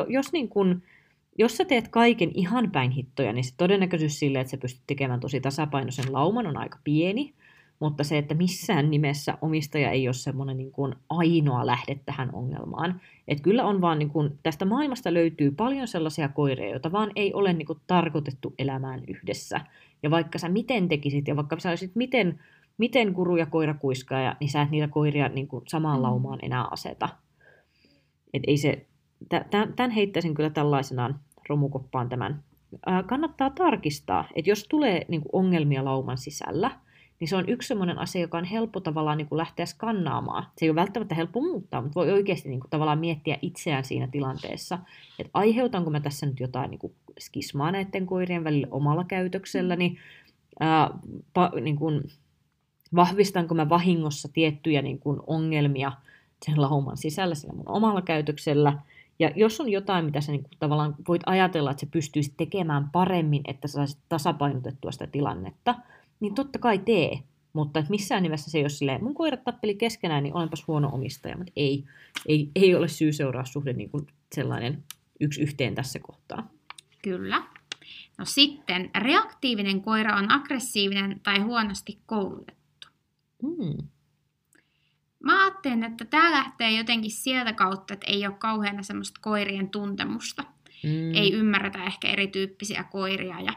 S3: jos sä teet kaiken ihan päin hittoja, niin se todennäköisyys sille, että sä pystyt tekemään tosi tasapainoisen lauman, on aika pieni. Mutta se, että missään nimessä omistaja ei ole semmoinen niin kuin ainoa lähde tähän ongelmaan. Että kyllä on vaan, niin kuin, tästä maailmasta löytyy paljon sellaisia koiria, joita vaan ei ole niin kuin tarkoitettu elämään yhdessä. Ja vaikka sä miten tekisit, ja vaikka sä olisit miten kuru ja koira kuiskaaja, niin sä et niitä koiria niin kuin samaan laumaan enää aseta. Et ei se, tämän heittäisin kyllä tällaisenaan romukoppaan tämän. Kannattaa tarkistaa, että jos tulee niin kuin ongelmia lauman sisällä, niin se on yksi sellainen asia, joka on helppo tavallaan niin kuin lähteä skannaamaan. Se ei ole välttämättä helppo muuttaa, mutta voi oikeasti niin kuin tavallaan miettiä itseään siinä tilanteessa, että aiheutanko mä tässä nyt jotain niin kuin skismaa näiden koirien välillä omalla käytökselläni, niin kuin, vahvistanko mä vahingossa tiettyjä niin kuin ongelmia sen lauman sisällä sillä mun omalla käytöksellä. Ja jos on jotain, mitä sä niin kuin tavallaan voit ajatella, että sä pystyisit tekemään paremmin, että sä saisit tasapainotettua sitä tilannetta, niin totta kai tee. Mutta että missään nimessä se ei ole silleen, mun koirat tappeli keskenään, niin olenpas huono omistaja. Mutta ei ole syy-seuraussuhde niin kuin sellainen yksi yhteen tässä kohtaa.
S2: Kyllä. No sitten, reaktiivinen koira on aggressiivinen tai huonosti koulutettu. Mä ajattelen, että tämä lähtee jotenkin sieltä kautta, että ei ole kauheana semmoista koirien tuntemusta. Ei ymmärretä ehkä erityyppisiä koiria ja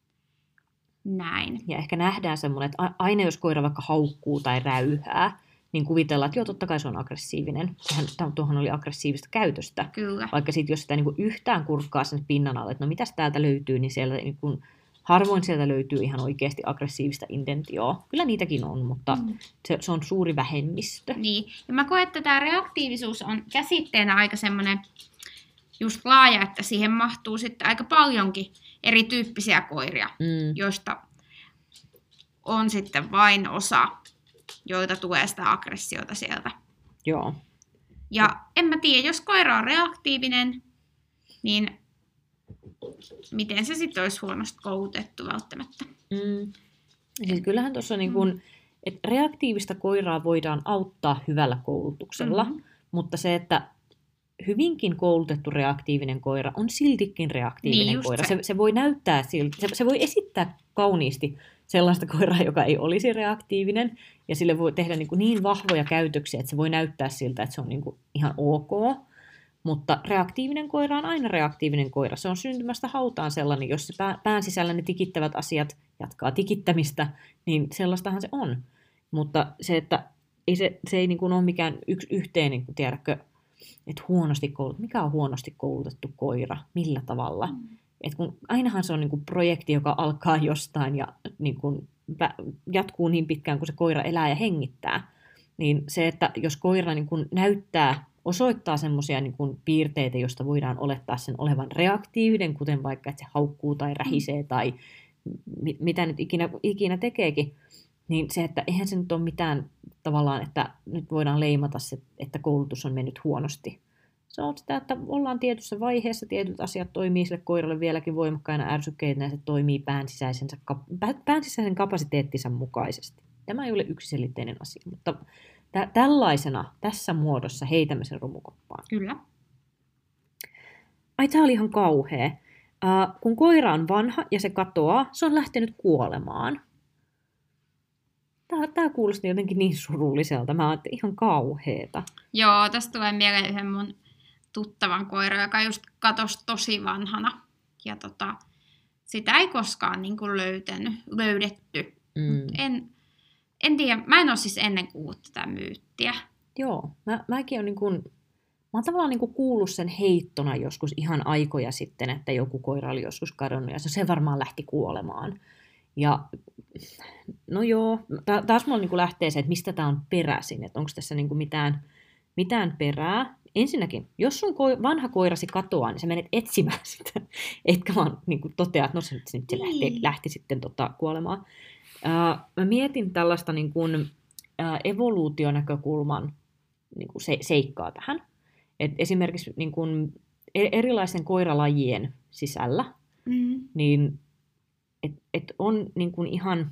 S2: näin.
S3: Ja ehkä nähdään semmoinen, että aina jos koira vaikka haukkuu tai räyhää, niin kuvitellaan, että joo, totta kai se on aggressiivinen. Tuohon oli aggressiivista käytöstä.
S2: Kyllä.
S3: Vaikka sitten jos sitä niin kuin yhtään kurkkaa sen pinnan alle, että no mitäs täältä löytyy, niin siellä niin kuin, harvoin sieltä löytyy ihan oikeasti aggressiivista intentioa. Kyllä niitäkin on, mutta se on suuri vähemmistö.
S2: Niin, ja mä koen, että tämä reaktiivisuus on käsitteenä aika semmoinen just laaja, että siihen mahtuu sitten aika paljonkin erityyppisiä koiria, joista on sitten vain osa, joita tulee sitä aggressiota sieltä.
S3: Joo.
S2: Ja en mä tiedä, jos koira on reaktiivinen, niin miten se sitten olisi huonosti koulutettu välttämättä.
S3: Siis kyllähän tuossa niin kun, että reaktiivista koiraa voidaan auttaa hyvällä koulutuksella, mutta se, että hyvinkin koulutettu reaktiivinen koira on siltikin reaktiivinen niin koira. Se voi näyttää siltä, se voi esittää kauniisti sellaista koiraa, joka ei olisi reaktiivinen, ja sille voi tehdä niin vahvoja käytöksiä, että se voi näyttää siltä, että se on niin kuin ihan ok. Mutta reaktiivinen koira on aina reaktiivinen koira. Se on syntymästä hautaan sellainen, jos se pään sisällä ne tikittävät asiat jatkaa tikittämistä, niin sellaistahan se on. Mutta se, että se ei niin kuin ole mikään yksi yhteen, niin kuin tiedätkö, että mikä on huonosti koulutettu koira, millä tavalla. Et kun ainahan se on niin kuin projekti, joka alkaa jostain ja niin kuin jatkuu niin pitkään, kun se koira elää ja hengittää. Niin se, että jos koira niin kuin osoittaa semmoisia niin kuin piirteitä, joista voidaan olettaa sen olevan reaktiivinen, kuten vaikka, että se haukkuu tai rähisee tai mitä nyt ikinä tekeekin, Niin se, että eihän se nyt ole mitään tavallaan, että nyt voidaan leimata se, että koulutus on mennyt huonosti. Se on sitä, että ollaan tietyssä vaiheessa, tietyt asiat toimii sille koiralle vieläkin voimakkaina ärsykkeinä ja se toimii päänsisäisen kapasiteettinsa mukaisesti. Tämä ei ole yksiselitteinen asia, mutta tällaisena, tässä muodossa heitämme sen romukoppaan.
S2: Kyllä.
S3: Ai, tämä oli ihan kauhea. Kun koira on vanha ja se katoaa, se on lähtenyt kuolemaan. Tämä kuulosti jotenkin niin surulliselta. Mä ajattelin, ihan kauheeta.
S2: Joo, tästä tulee mieleen yhden mun tuttavan koira, joka just katosi tosi vanhana. Ja sitä ei koskaan niin kuin löydetty. En tiedä, mä en ole siis ennen kuullut tätä myyttiä.
S3: Joo, mäkin olen mä oon tavallaan kuullut sen heittona joskus ihan aikoja sitten, että joku koira oli joskus kadonnut ja se varmaan lähti kuolemaan. Ja no joo, taas mulla lähtee se, että mistä tämä on peräisin, että onko tässä mitään perää. Ensinnäkin, jos sun vanha koirasi katoaa, niin sä menet etsimään sitä, etkä vaan toteaa, että no se lähti sitten kuolemaan. Mä mietin tällaista evoluutionäkökulman seikkaa tähän. Et esimerkiksi erilaisten koiralajien sisällä niin et on ihan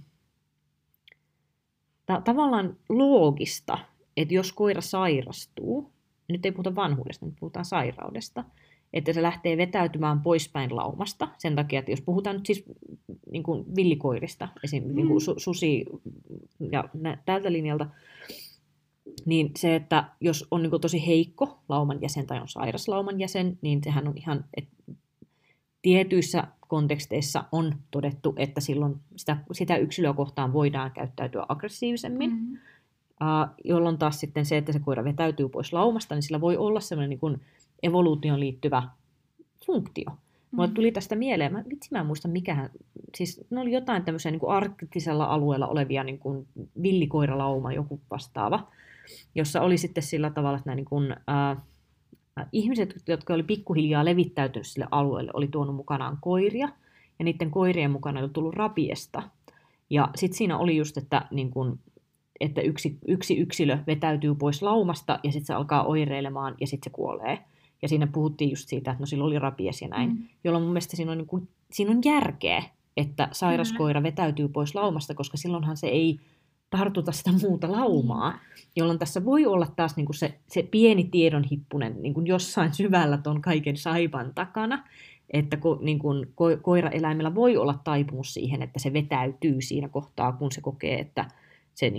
S3: tavallaan loogista, että jos koira sairastuu, nyt ei puhuta vanhuudesta, nyt puhutaan sairaudesta, että se lähtee vetäytymään poispäin laumasta. Sen takia, että jos puhutaan nyt siis villikoirista, esimerkiksi susi ja tältä linjalta, niin se, että jos on tosi heikko lauman jäsen tai on sairas lauman jäsen, niin sehän on ihan, että tietyissä konteksteissa on todettu, että silloin sitä yksilöä kohtaan voidaan käyttäytyä aggressiivisemmin, jolloin taas sitten se, että se koira vetäytyy pois laumasta, niin sillä voi olla sellainen evoluutioon liittyvä funktio. Mulle tuli tästä mieleen, mä en muista mikähän, siis ne oli jotain tämmöisiä arktisella alueella olevia villikoiralauma, joku vastaava, jossa oli sitten sillä tavalla, että ihmiset, jotka oli pikkuhiljaa levittäytynyt sille alueelle, oli tuonut mukanaan koiria, ja niiden koirien mukana oli tullut rabiesta. Ja sitten siinä oli just, että yksi yksilö vetäytyy pois laumasta, ja sitten se alkaa oireilemaan, ja sitten se kuolee. Ja siinä puhuttiin just siitä, että no sillä oli rabies ja näin, jolloin mun mielestä siinä on järkeä, että sairas koira vetäytyy pois laumasta, koska silloinhan se ei tartuta sitä muuta laumaa, jolloin tässä voi olla taas se pieni tiedonhippunen jossain syvällä ton kaiken saipan takana, että koiraeläimellä voi olla taipumus siihen, että se vetäytyy siinä kohtaa, kun se kokee, että se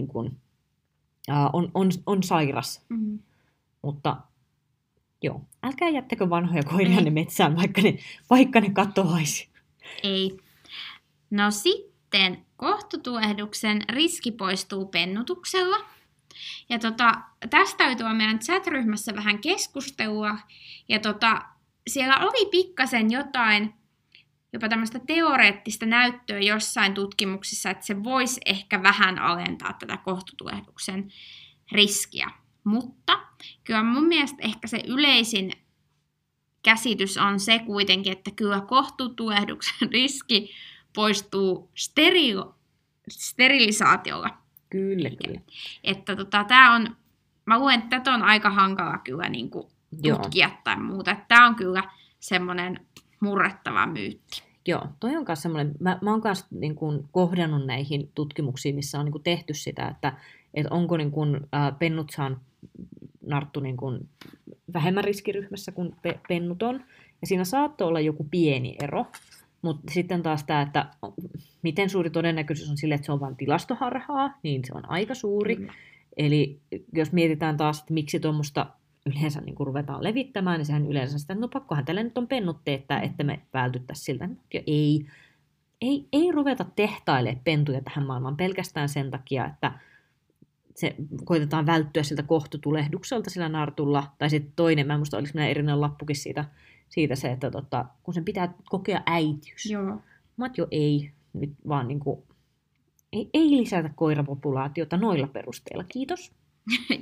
S3: on sairas. Mutta joo, älkää jättäkö vanhoja koiria ne metsään, vaikka ne katoaisi.
S2: Ei. No sitten kohtutulehduksen riski poistuu pennutuksella. Ja tästä oli tuolla meidän chat-ryhmässä vähän keskustelua. Ja siellä oli pikkasen jotain, jopa tämmöistä teoreettista näyttöä jossain tutkimuksissa, että se voisi ehkä vähän alentaa tätä kohtutulehduksen riskiä. Mutta kyllä mun mielestä ehkä se yleisin käsitys on se kuitenkin, että kyllä kohtutulehduksen riski poistuu sterilisaatiolla.
S3: Kyllä.
S2: Että tää on, mä luulen, että tätä on aika hankala kyllä tutkia tai muuta. Tämä on kyllä semmoinen murrettava myytti.
S3: Joo, toi on myös semmoinen, mä oon myös kohdannut näihin tutkimuksiin, missä on tehty sitä, että onko pennutsaan narttu vähemmän riskiryhmässä kuin pennut on. Ja siinä saattoi olla joku pieni ero, mutta sitten taas tämä, että miten suuri todennäköisyys on sille, että se on vain tilastoharhaa, niin se on aika suuri. Eli jos mietitään taas, että miksi tuommoista yleensä ruvetaan levittämään, niin sehän yleensä sitä, että no pakkohan tällä nyt on pennut teettää, että me vältyttäisiin siltä. Ja ei ruveta tehtailemaan pentuja tähän maailmaan pelkästään sen takia, että se koitetaan välttyä siltä kohtutulehdukselta sillä nartulla. Tai sitten toinen, mä en muista, oliko meillä erillinen lappukin siitä se, että kun sen pitää kokea äitiys.
S2: Joo.
S3: Ei, nyt vaan ei lisätä koirapopulaatiota noilla perusteilla. Kiitos.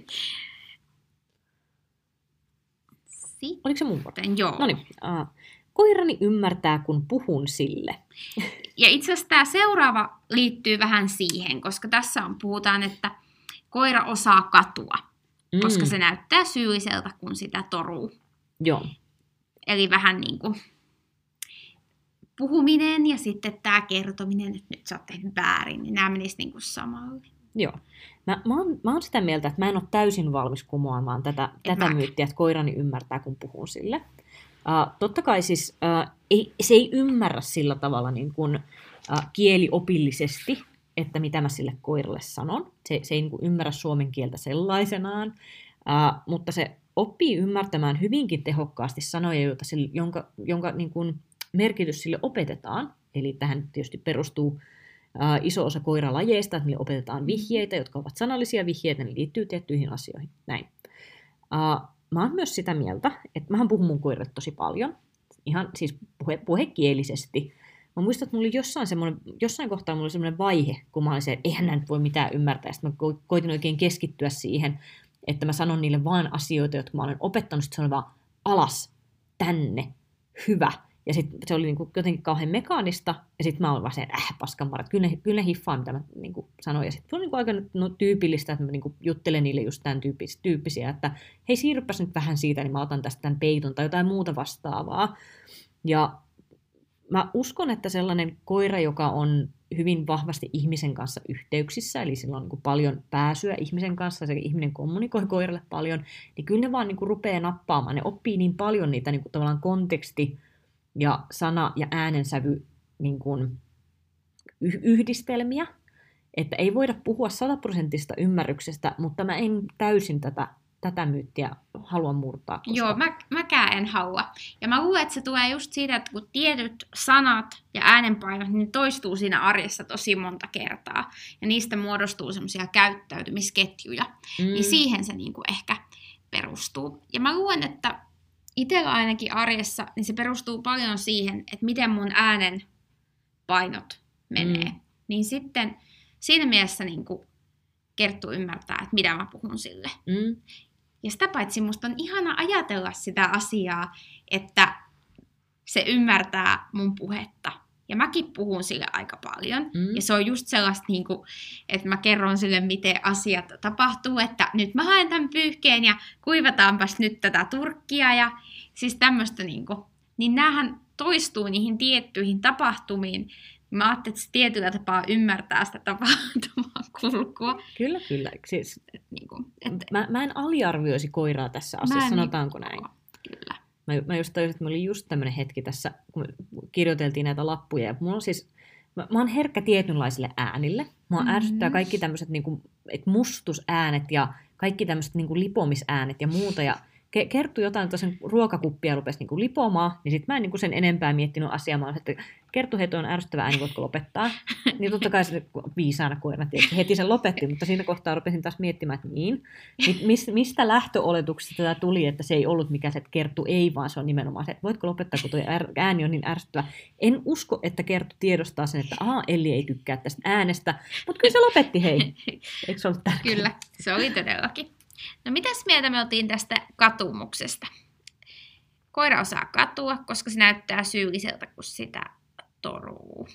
S3: Oliko se mun vuoro?
S2: Joo.
S3: Noniin. Koirani ymmärtää, kun puhun sille.
S2: Ja itse asiassa tämä seuraava liittyy vähän siihen, koska tässä puhutaan, että koira osaa katua, koska se näyttää syylliseltä, kun sitä toruu.
S3: Joo. Eli
S2: vähän niin kuin puhuminen ja sitten tämä kertominen, että nyt sä oot tehnyt väärin, niin nämä menisivät niin kuin samalle.
S3: Joo. Mä oon sitä mieltä, että mä en ole täysin valmis kumoamaan tätä myyttiä, että koirani ymmärtää, kun puhun sille. Totta kai siis se ei ymmärrä sillä tavalla niin kuin, kieliopillisesti, että mitä mä sille koiralle sanon. Se ei niin kuin ymmärrä suomen kieltä sellaisenaan, mutta se oppii ymmärtämään hyvinkin tehokkaasti sanoja, jonka niin kuin merkitys sille opetetaan. Eli tähän tietysti perustuu iso osa koiralajeista, että niille opetetaan vihjeitä, jotka ovat sanallisia vihjeitä, ne liittyy tiettyihin asioihin. Näin. Mä oon myös sitä mieltä, että mähän puhun mun koiralle tosi paljon, ihan siis puhekielisesti. Mä muistan, että mulla oli jossain kohtaa mulla oli semmoinen vaihe, kun mä olin se, että eihän nää nyt voi mitään ymmärtää. Sitten mä koitin oikein keskittyä siihen, että mä sanon niille vaan asioita, jotka mä olen opettanut. Sitten se oli vaan alas, tänne, hyvä. Ja sitten se oli niinku jotenkin kauhean mekaanista. Ja sitten mä olin vaan se, paskanmarat, kyllä ne hiffaa, mitä mä niinku sanoin. Ja sitten se on niinku aika tyypillistä, että mä niinku juttelen niille just tämän tyyppisiä, että hei, siirrypäs nyt vähän siitä, niin mä otan tästä tämän peiton tai jotain muuta vastaavaa. Ja mä uskon, että sellainen koira, joka on hyvin vahvasti ihmisen kanssa yhteyksissä, eli sillä on niin kuin paljon pääsyä ihmisen kanssa, se ihminen kommunikoi koiralle paljon, niin kyllä ne vaan niin kuin rupeaa nappaamaan. Ne oppii niin paljon niitä niin kuin tavallaan konteksti- ja sana- ja äänensävy niin kuin yhdistelmiä, että ei voida puhua 100% ymmärryksestä, mutta mä en täysin tätä myyttiä halua murtaa. Koska...
S2: Joo, mäkään en halua. Ja mä luulen, että se tulee just siitä, että kun tietyt sanat ja äänenpainot, niin toistuu siinä arjessa tosi monta kertaa. Ja niistä muodostuu semmoisia käyttäytymisketjuja. Niin siihen se niinku ehkä perustuu. Ja mä luulen, että itsellä ainakin arjessa, niin se perustuu paljon siihen, että miten mun äänenpainot menee. Niin sitten siinä mielessä niinku Kerttu ymmärtää, että mitä mä puhun sille. Ja sitä paitsi musta on ihana ajatella sitä asiaa, että se ymmärtää mun puhetta. Ja mäkin puhun sille aika paljon. Ja se on just sellaista, niin kuin, että mä kerron sille, miten asiat tapahtuu. Että nyt mä haen tämän pyyhkeen ja kuivataanpas nyt tätä turkkia. Ja siis tämmöistä, niin näähän toistuu niihin tiettyihin tapahtumiin. Mä ajattelin, että se tietyllä tapaa ymmärtää sitä tapahtumaa kulkua.
S3: Kyllä. Siis, mä en aliarvioisi koiraa tässä asiassa, sanotaanko näin?
S2: Kyllä.
S3: Mä just tajusin, että mä olin just tämmöinen hetki tässä, kun me kirjoiteltiin näitä lappuja. Ja mulla on siis, mä oon herkkä tietynlaisille äänille. Mua ärsyttää kaikki tämmöiset niinku, mustusäänet ja kaikki tämmöiset niinku lipomisäänet ja muuta. Ja Kerttu jotain tosen ruokakuppia rupesi niinku lipomaan, niin sit mä en niinku sen enempää miettinyt asiaa. Mä olin, että Kerttu, heti on ärsyttävä ääni, voitko lopettaa? Niin totta kai se viisaana koirana heti sen lopetti, mutta siinä kohtaa rupesin taas miettimään, että niin. Mistä lähtöoletuksesta tätä tuli, että se ei ollut mikään se, että Kerttu ei, vaan se on nimenomaan se, että voitko lopettaa, kun tuo ääni on niin ärsyttävä. En usko, että Kerttu tiedostaa sen, että Elli ei tykkää tästä äänestä, mutta kyllä se lopetti, hei. Eikö se ollut tärkeää?
S2: Kyllä, se oli todellakin. No mitäs mieltä me oltiin tästä katumuksesta? Koira osaa katua, koska se näyttää syylliseltä, kun sitä toruu.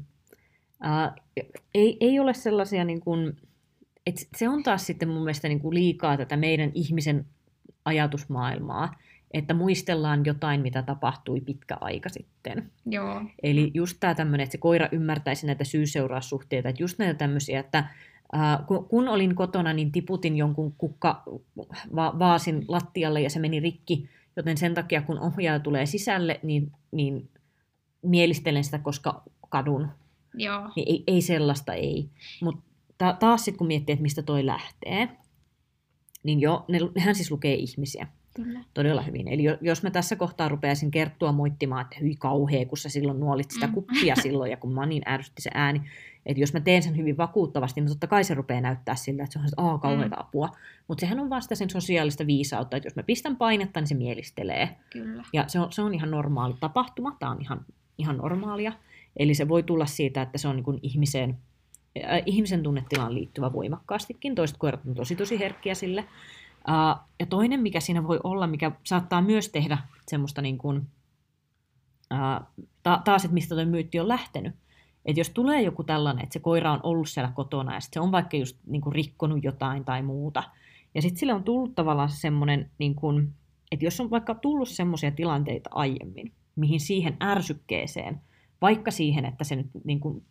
S3: Ei ole sellaisia, niin kuin, että se on taas sitten mun mielestä niin kuin liikaa tätä meidän ihmisen ajatusmaailmaa, että muistellaan jotain, mitä tapahtui pitkä aika sitten.
S2: Joo.
S3: Eli just tämä tämmöinen, että se koira ymmärtäisi näitä syy-seuraussuhteita, että just näitä tämmöisiä, että kun olin kotona, niin tiputin jonkun kukkavaasin lattialle ja se meni rikki, joten sen takia kun ohjaaja tulee sisälle, niin mielistelen sitä, koska kadun.
S2: Joo.
S3: Niin ei sellaista, ei. Mutta taas sitten kun miettii, että mistä toi lähtee, niin nehän siis lukee ihmisiä.
S2: Kyllä.
S3: Todella hyvin. Eli jos mä tässä kohtaa rupeaisin Kerttua moittimaan, että hyi kauhea, kun sä silloin nuolit sitä kuppia silloin, ja kun mä niin ärsytti se ääni, että jos mä teen sen hyvin vakuuttavasti, niin totta kai se rupeaa näyttää siltä, että se on kauheata apua. Mutta sehän on vaan sitä sen sosiaalista viisautta, että jos mä pistän painetta, niin se mielistelee.
S2: Kyllä.
S3: Ja se on ihan normaali tapahtuma, tämä on ihan normaalia. Eli se voi tulla siitä, että se on niin kuin ihmisen tunnetilaan liittyvä voimakkaastikin. Toiset koirat on tosi herkkiä sille. Ja toinen, mikä siinä voi olla, mikä saattaa myös tehdä semmoista niin kuin, taas, että mistä tuo myytti on lähtenyt. Että jos tulee joku tällainen, että se koira on ollut siellä kotona ja se on vaikka just niin kuin rikkonut jotain tai muuta, ja sitten sille on tullut tavallaan semmoinen, niin kuin, että jos on vaikka tullut semmoisia tilanteita aiemmin, mihin siihen ärsykkeeseen, vaikka siihen, että se nyt niin kuin,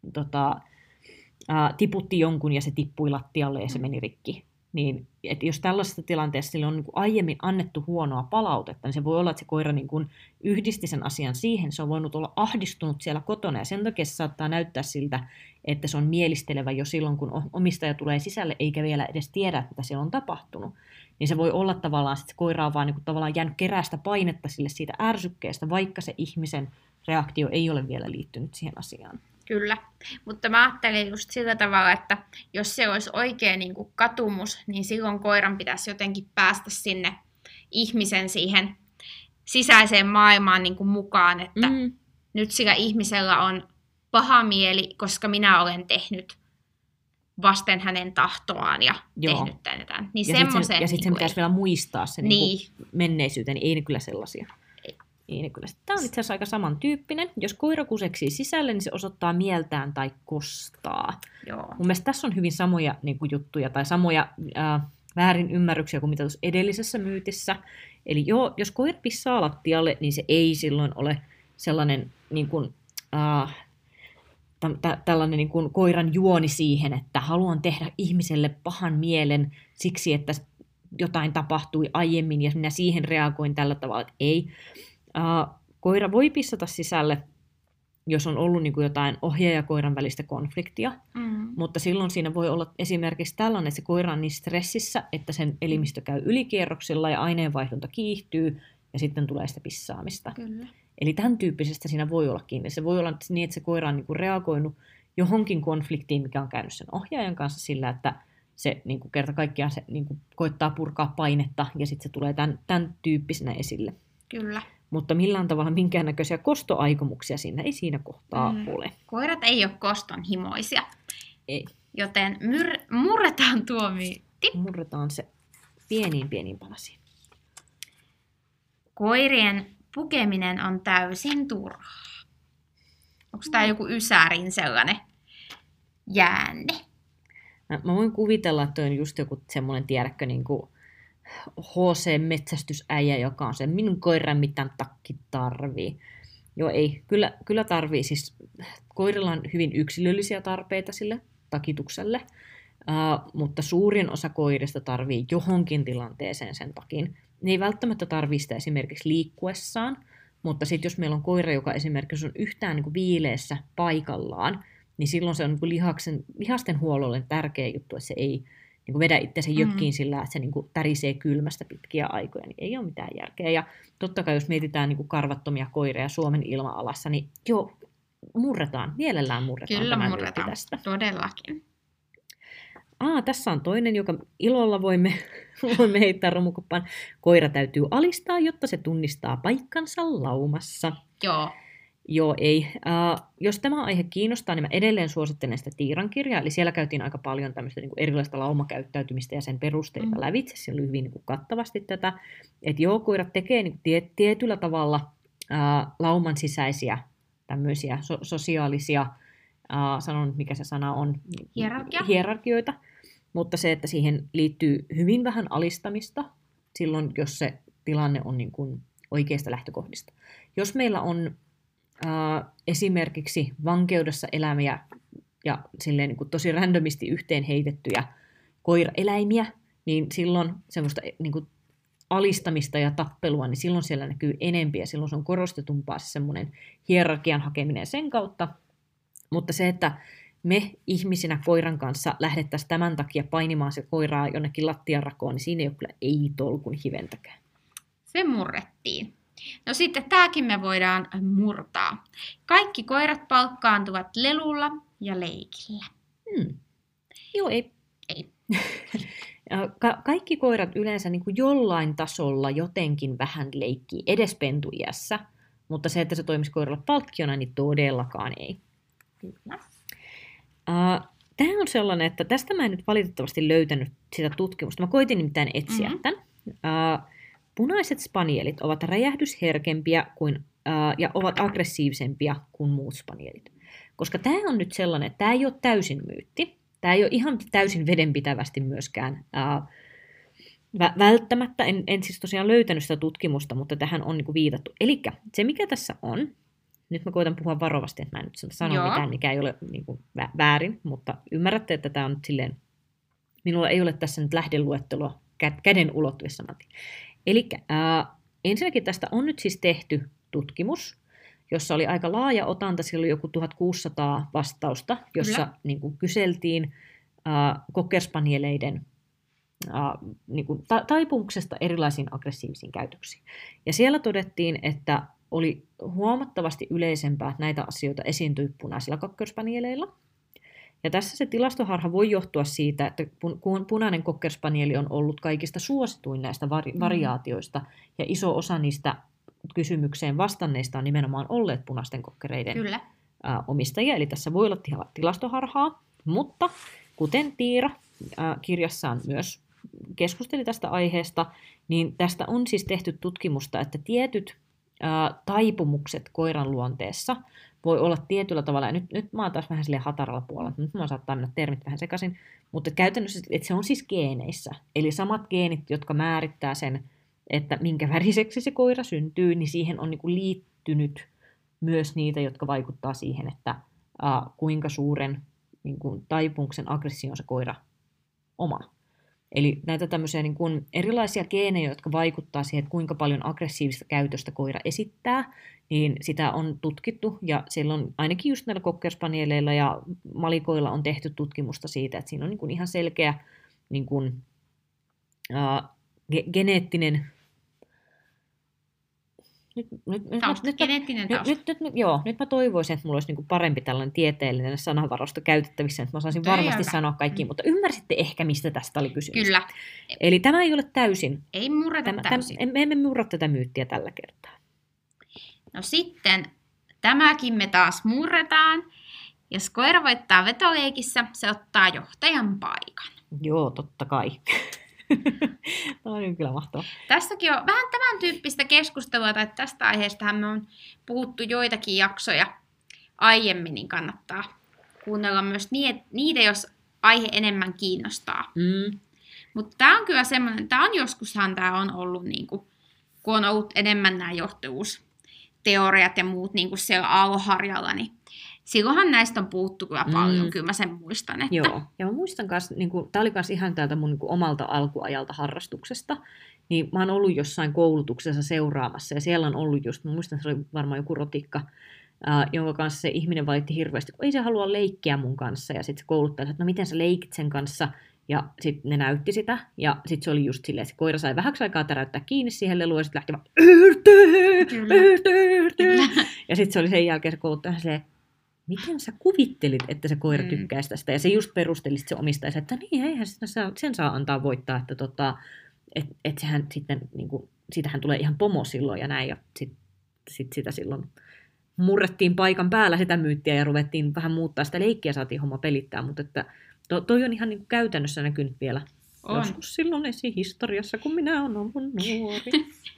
S3: tiputti jonkun ja se tippui lattialle ja se meni rikki, niin että jos tällaisessa tilanteessa sille on niin kuin aiemmin annettu huonoa palautetta, niin se voi olla, että se koira niin kuin yhdisti sen asian siihen, se on voinut olla ahdistunut siellä kotona, ja sen takia se saattaa näyttää siltä, että se on mielistelevä jo silloin, kun omistaja tulee sisälle, eikä vielä edes tiedä, mitä siellä on tapahtunut. Niin se voi olla tavallaan, että se koira on vaan niin kuin tavallaan jäänyt keräästä painetta sille siitä ärsykkeestä, vaikka se ihmisen reaktio ei ole vielä liittynyt siihen asiaan.
S2: Kyllä, mutta mä ajattelin just sillä tavalla, että jos se olisi oikein niin kuin katumus, niin silloin koiran pitäisi jotenkin päästä sinne ihmisen siihen sisäiseen maailmaan niin kuin mukaan, että nyt sillä ihmisellä on paha mieli, koska minä olen tehnyt vasten hänen tahtoaan ja tehnyt tämän. Niin
S3: ja sitten sen pitäisi vielä muistaa se niin menneisyyteen, niin ei ne kyllä sellaisia. Tämä on itse asiassa aika samantyyppinen. Jos koira kuseksii sisälle, niin se osoittaa mieltään tai kostaa.
S2: Joo.
S3: Mun mielestä tässä on hyvin samoja niin kuin juttuja tai samoja väärinymmärryksiä kuin mitä tuossa edellisessä myytissä. Eli jos koira pissaa lattialle, niin se ei silloin ole sellainen niin kuin, tällainen niin kuin koiran juoni siihen, että haluan tehdä ihmiselle pahan mielen siksi, että jotain tapahtui aiemmin ja minä siihen reagoin tällä tavalla, että ei. Koira voi pissata sisälle, jos on ollut niin kuin jotain ohjaajan ja koiran välistä konfliktia, mutta silloin siinä voi olla esimerkiksi tällainen, että se koira on niin stressissä, että sen elimistö käy ylikierroksilla ja aineenvaihdunta kiihtyy ja sitten tulee sitä pissaamista.
S2: Kyllä.
S3: Eli tämän tyyppisestä siinä voi olla kiinni. Se voi olla niin, että se koira on niin kuin reagoinut johonkin konfliktiin, mikä on käynyt sen ohjaajan kanssa sillä, että se niin kuin kerta kaikkiaan se niin kuin koittaa purkaa painetta ja sitten se tulee tämän tyyppisenä esille.
S2: Kyllä.
S3: Mutta millään tavalla minkäännäköisiä kostoaikomuksia siinä ei siinä kohtaa ole.
S2: Koirat ei ole kostonhimoisia.
S3: Ei.
S2: Joten murretaan tuo myytti.
S3: Murretaan se pieniin palasiin.
S2: Koirien pukeminen on täysin turhaa. Onko tämä joku Ysärin sellainen jäänne?
S3: Mä voin kuvitella, että on just joku semmoinen, tiedätkö, niin kuin HC-metsästysäijä, joka on se, minun koiran mitään takki tarvii. Joo, ei. Kyllä tarvii. Siis koirilla on hyvin yksilöllisiä tarpeita sille takitukselle, mutta suurin osa koirista tarvii johonkin tilanteeseen sen takin. Ne ei välttämättä tarvii sitä esimerkiksi liikkuessaan, mutta sitten jos meillä on koira, joka esimerkiksi on yhtään niin kuin viileessä paikallaan, niin silloin se on niin kuin lihasten huollolle tärkeä juttu, että se ei niin vedä itseänsä jökkiin sillä, että se niin kuin tärisee kylmästä pitkiä aikoja, niin ei ole mitään järkeä. Ja totta kai, jos mietitään niin kuin karvattomia koireja Suomen ilma-alassa, niin joo, mielellään murretaan.
S2: Kyllä murretaan, tästä. Todellakin.
S3: Tässä on toinen, joka ilolla voimme heittää romukoppaan. Koira täytyy alistaa, jotta se tunnistaa paikkansa laumassa. Joo, ei. Jos tämä aihe kiinnostaa, niin mä edelleen suosittelen sitä Tiiran kirjaa. Eli siellä käytiin aika paljon tämmöistä niin kuin erilaista laumakäyttäytymistä ja sen perusteita lävitse. Siellä oli hyvin niin kuin kattavasti tätä. Että koirat tekee niin kuin tietyllä tavalla lauman sisäisiä tämmöisiä sosiaalisia, sanon nyt mikä se sana on, hierarkioita. Mutta se, että siihen liittyy hyvin vähän alistamista silloin, jos se tilanne on niin kuin oikeasta lähtökohdista. Jos meillä on esimerkiksi vankeudessa elämiä ja silleen niin kuin tosi randomisti yhteen heitettyjä koiraeläimiä, niin silloin semmoista niin kuin alistamista ja tappelua, niin silloin siellä näkyy enempiä. Silloin se on korostetumpaa se semmoinen hierarkian hakeminen sen kautta. Mutta se, että me ihmisinä koiran kanssa lähdettäisiin tämän takia painimaan se koiraa jonnekin lattianrakoon, niin siinä ei ole kyllä ei tolkun hiventäkään.
S2: Se murrettiin. No sitten tämäkin me voidaan murtaa. Kaikki koirat palkkaantuvat lelulla ja leikillä.
S3: Joo, ei. Kaikki koirat yleensä niin kuin jollain tasolla jotenkin vähän leikkii, edes pentuiässä, mutta se, että se toimisi koiralla palkkiona, niin todellakaan ei.
S2: Kyllä.
S3: Tämä on sellainen, että tästä mä en nyt valitettavasti löytänyt sitä tutkimusta. Mä koitin nimittäin etsiä tämän. Punaiset spanielit ovat räjähdysherkempiä kuin ja ovat aggressiivisempia kuin muut spanielit. Koska tämä on nyt sellainen, että tämä ei ole täysin myytti. Tämä ei ole ihan täysin vedenpitävästi myöskään välttämättä. En siis tosiaan löytänyt sitä tutkimusta, mutta tähän on niinku viitattu. Eli se, mikä tässä on, nyt mä koitan puhua varovasti, että mä en nyt sano mitään, mikä ei ole niinku väärin, mutta ymmärrätte, että tämä on nyt silleen, minulla ei ole tässä nyt lähdeluettelua käden ulottuvissa. Eli ensinnäkin tästä on nyt siis tehty tutkimus, jossa oli aika laaja otanta, siellä oli joku 1600 vastausta, jossa niin kuin kyseltiin cockerspanieleiden niin kuin taipumuksesta erilaisiin aggressiivisiin käytöksiin. Ja siellä todettiin, että oli huomattavasti yleisempää, että näitä asioita esiintyi punaisilla cockerspanieleilla. Ja tässä se tilastoharha voi johtua siitä, että kun punainen cockerspanieli on ollut kaikista suosituin näistä variaatioista, ja iso osa niistä kysymykseen vastanneista on nimenomaan olleet punaisten kokkereiden omistajia, eli tässä voi olla tilastoharhaa, mutta kuten Tiira kirjassaan myös keskusteli tästä aiheesta, niin tästä on siis tehty tutkimusta, että tietyt taipumukset koiran luonteessa voi olla tietyllä tavalla, ja nyt mä oon taas vähän silleen hataralla puolella, nyt mä saattaa mennä termit vähän sekaisin, mutta käytännössä että se on siis geeneissä, eli samat geenit, jotka määrittää sen, että minkä väriseksi se koira syntyy, niin siihen on niin kuin liittynyt myös niitä, jotka vaikuttaa siihen, että kuinka suuren niin kuin taipumuksen aggression se koira omaa. Eli näitä tämmöisiä niin kuin erilaisia geenejä, jotka vaikuttaa siihen, että kuinka paljon aggressiivista käytöstä koira esittää, niin sitä on tutkittu, ja silloin ainakin just näillä cockerspanieleilla ja malikoilla on tehty tutkimusta siitä, että siinä on niin kuin ihan selkeä niin kuin, geneettinen... Nyt mä toivoisin, että mulla olisi niinku parempi tällainen tieteellinen sanavarasto käytettävissä, että mä osaisin varmasti sanoa kaikkiin, mutta ymmärsitte ehkä, mistä tästä oli kysymys.
S2: Kyllä.
S3: Eli tämä ei ole täysin.
S2: Ei murreta täysin.
S3: Me emme murra tätä myyttiä tällä kertaa.
S2: No sitten, tämäkin me taas murretaan. Jos koira voittaa vetoleikissä, se ottaa johtajan paikan.
S3: Joo, totta kai. Tämä on kyllä mahtavaa.
S2: Tässäkin on vähän tämän tyyppistä keskustelua, tai tästä aiheestahan me on puhuttu joitakin jaksoja aiemmin, niin kannattaa kuunnella myös niitä, jos aihe enemmän kiinnostaa. Mutta tämä on kyllä semmoinen, joskushan tämä on ollut, niin kun on ollut enemmän nämä johtajuusteoriat ja muut niin siellä aallonharjalla, niin silloinhan näistä on puhuttu kyllä paljon, kyllä mä sen muistan. Että...
S3: Joo, ja mä muistan myös, niin tämä oli myös ihan täältä mun niin omalta alkuajalta harrastuksesta, niin mä oon ollut jossain koulutuksessa seuraamassa, ja siellä on ollut just, mä muistan, että se oli varmaan joku rotikka, jonka kanssa se ihminen valitti hirveästi, kun ei se halua leikkiä mun kanssa, ja sitten se kouluttaja, että no miten sä leikit sen kanssa, ja sitten ne näytti sitä, ja sitten se oli just silleen, että se koira sai vähäksi aikaa täräyttää kiinni siihen leluun, ja sitten lähti vaan, ja sitten se oli sen jälkeen se kouluttaja silleen, miten sä kuvittelit, että se koira tykkäisi tästä? Ja se just perusteli se omistaja, että niin, eihän sen saa antaa voittaa, että et sehän sitten, niin kuin, siitähän tulee ihan pomo silloin ja näin. Ja sit sitä silloin murrettiin paikan päällä sitä myyttiä ja ruvettiin vähän muuttaa sitä leikkiä, saatiin homma pelittää. Mutta että toi on ihan niin kuin käytännössä näkynyt vielä joskus silloin esihistoriassa, kun minä olen ollut nuori.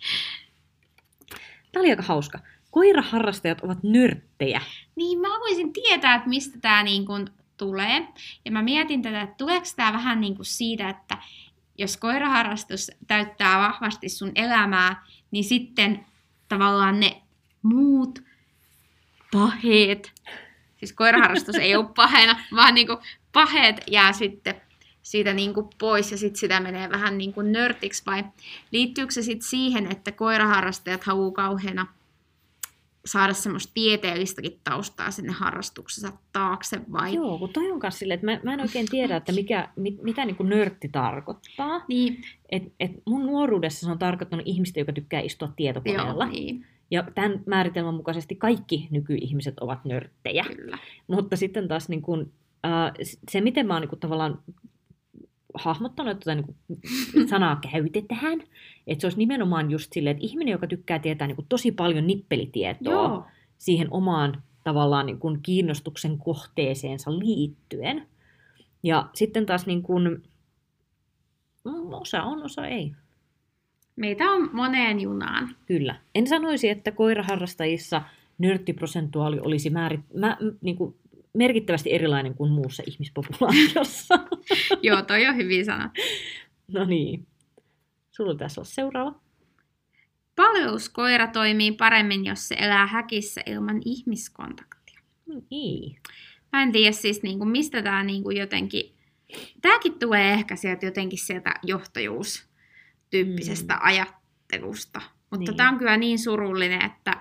S3: Tämä oli aika hauska. Koiraharrastajat ovat nörttejä.
S2: Niin, mä haluaisin tietää, että mistä tämä niin kuin tulee. Ja mä mietin tätä, että tuleeko tämä vähän niin kuin siitä, että jos koiraharrastus täyttää vahvasti sun elämää, niin sitten tavallaan ne muut paheet, siis koiraharrastus ei ole pahena, vaan niin kuin paheet jää sitten siitä niin kuin pois ja sitten sitä menee vähän niin kuin nörtiksi, vai liittyykö se sitten siihen, että koiraharrastajat haluaa kauheana saada semmoista tieteellistäkin taustaa sinne harrastuksensa taakse, vai?
S3: Joo, kun toi on kanssa silleen, että mä en oikein tiedä, että mitä niin kuin nörtti tarkoittaa.
S2: Niin.
S3: Et mun nuoruudessa se on tarkoittanut ihmistä, joka tykkää istua tietokoneella.
S2: Joo, niin.
S3: Ja tämän määritelmän mukaisesti kaikki nykyihmiset ovat nörttejä.
S2: Kyllä.
S3: Mutta sitten taas niin kuin, se, miten mä oon niin kuin tavallaan hahmottanut, että niin kuin sanaa käytetään, että se olisi nimenomaan just silleen, että ihminen, joka tykkää tietää niin kuin tosi paljon nippelitietoa siihen omaan tavallaan niin kuin kiinnostuksen kohteeseensa liittyen. Ja sitten taas niin kuin, osa on, osa ei.
S2: Meitä on moneen junaan.
S3: Kyllä. En sanoisi, että koiraharrastajissa nörttiprosentuaali olisi merkittävästi erilainen kuin muussa ihmispopulaatiossa.
S2: Joo, toi on hyvin sanottu.
S3: No niin. Sulla tässä on seuraava.
S2: Palveluskoira toimii paremmin, jos se elää häkissä ilman ihmiskontaktia.
S3: Ei.
S2: Mä en tiedä siis, mistä tämä jotenkin... Tämäkin tulee ehkä jotenkin sieltä johtajuustyyppisestä ajattelusta. Mutta tämä on kyllä niin surullinen, että...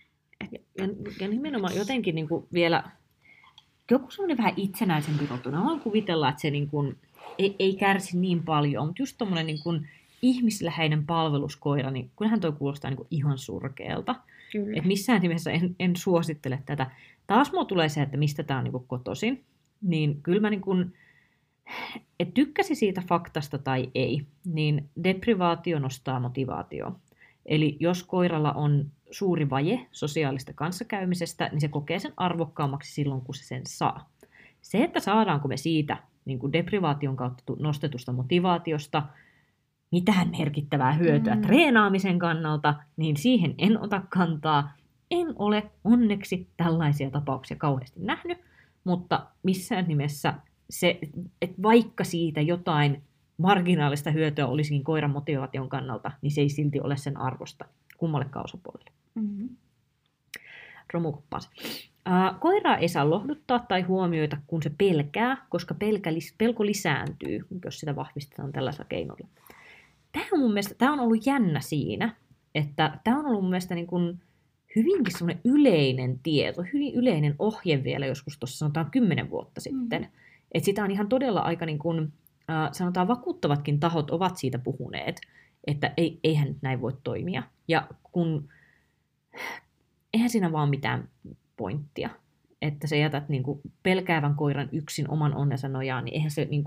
S3: Ja nimenomaan jotenkin vielä... Joku sellainen vähän itsenäisempi rotu. Mä voin kuvitella, että se ei kärsi niin paljon, mutta just tommoinen ihmisläheinen palveluskoira, niin kyllähän toi kuulostaa ihan surkealta. Et missään nimessä en suosittele tätä. Taas mulla tulee se, että mistä tää on kotoisin. Niin kyllä mä et tykkäsi siitä faktasta tai ei, niin deprivaatio nostaa motivaatio. Eli jos koiralla on suuri vaje sosiaalista kanssakäymisestä, niin se kokee sen arvokkaammaksi silloin, kun se sen saa. Se, että saadaanko me siitä deprivaation kautta nostetusta motivaatiosta mitään merkittävää hyötyä treenaamisen kannalta, niin siihen en ota kantaa. En ole onneksi tällaisia tapauksia kauheasti nähnyt, mutta missään nimessä se, että vaikka siitä jotain marginaalista hyötyä olisikin koiran motivaation kannalta, niin se ei silti ole sen arvosta kummallekaan osapuolelle.
S2: Mm-hmm.
S3: Romukoppas. Koiraa ei saa lohduttaa tai huomioida, kun se pelkää, koska pelko lisääntyy, jos sitä vahvistetaan tällaisella keinolla. Tämä on ollut jännä siinä, että tämä on ollut mun mielestä hyvinkin semmoinen yleinen tieto, hyvin yleinen ohje vielä joskus tuossa sanotaan 10 vuotta sitten. Mm-hmm. Että sitä on ihan todella aika sanotaan vakuuttavatkin tahot ovat siitä puhuneet, että eihän näin voi toimia. Ja kun eihän siinä vaan mitään pointtia, että sä jätät pelkäävän koiran yksin oman onnensa nojaan, niin eihän se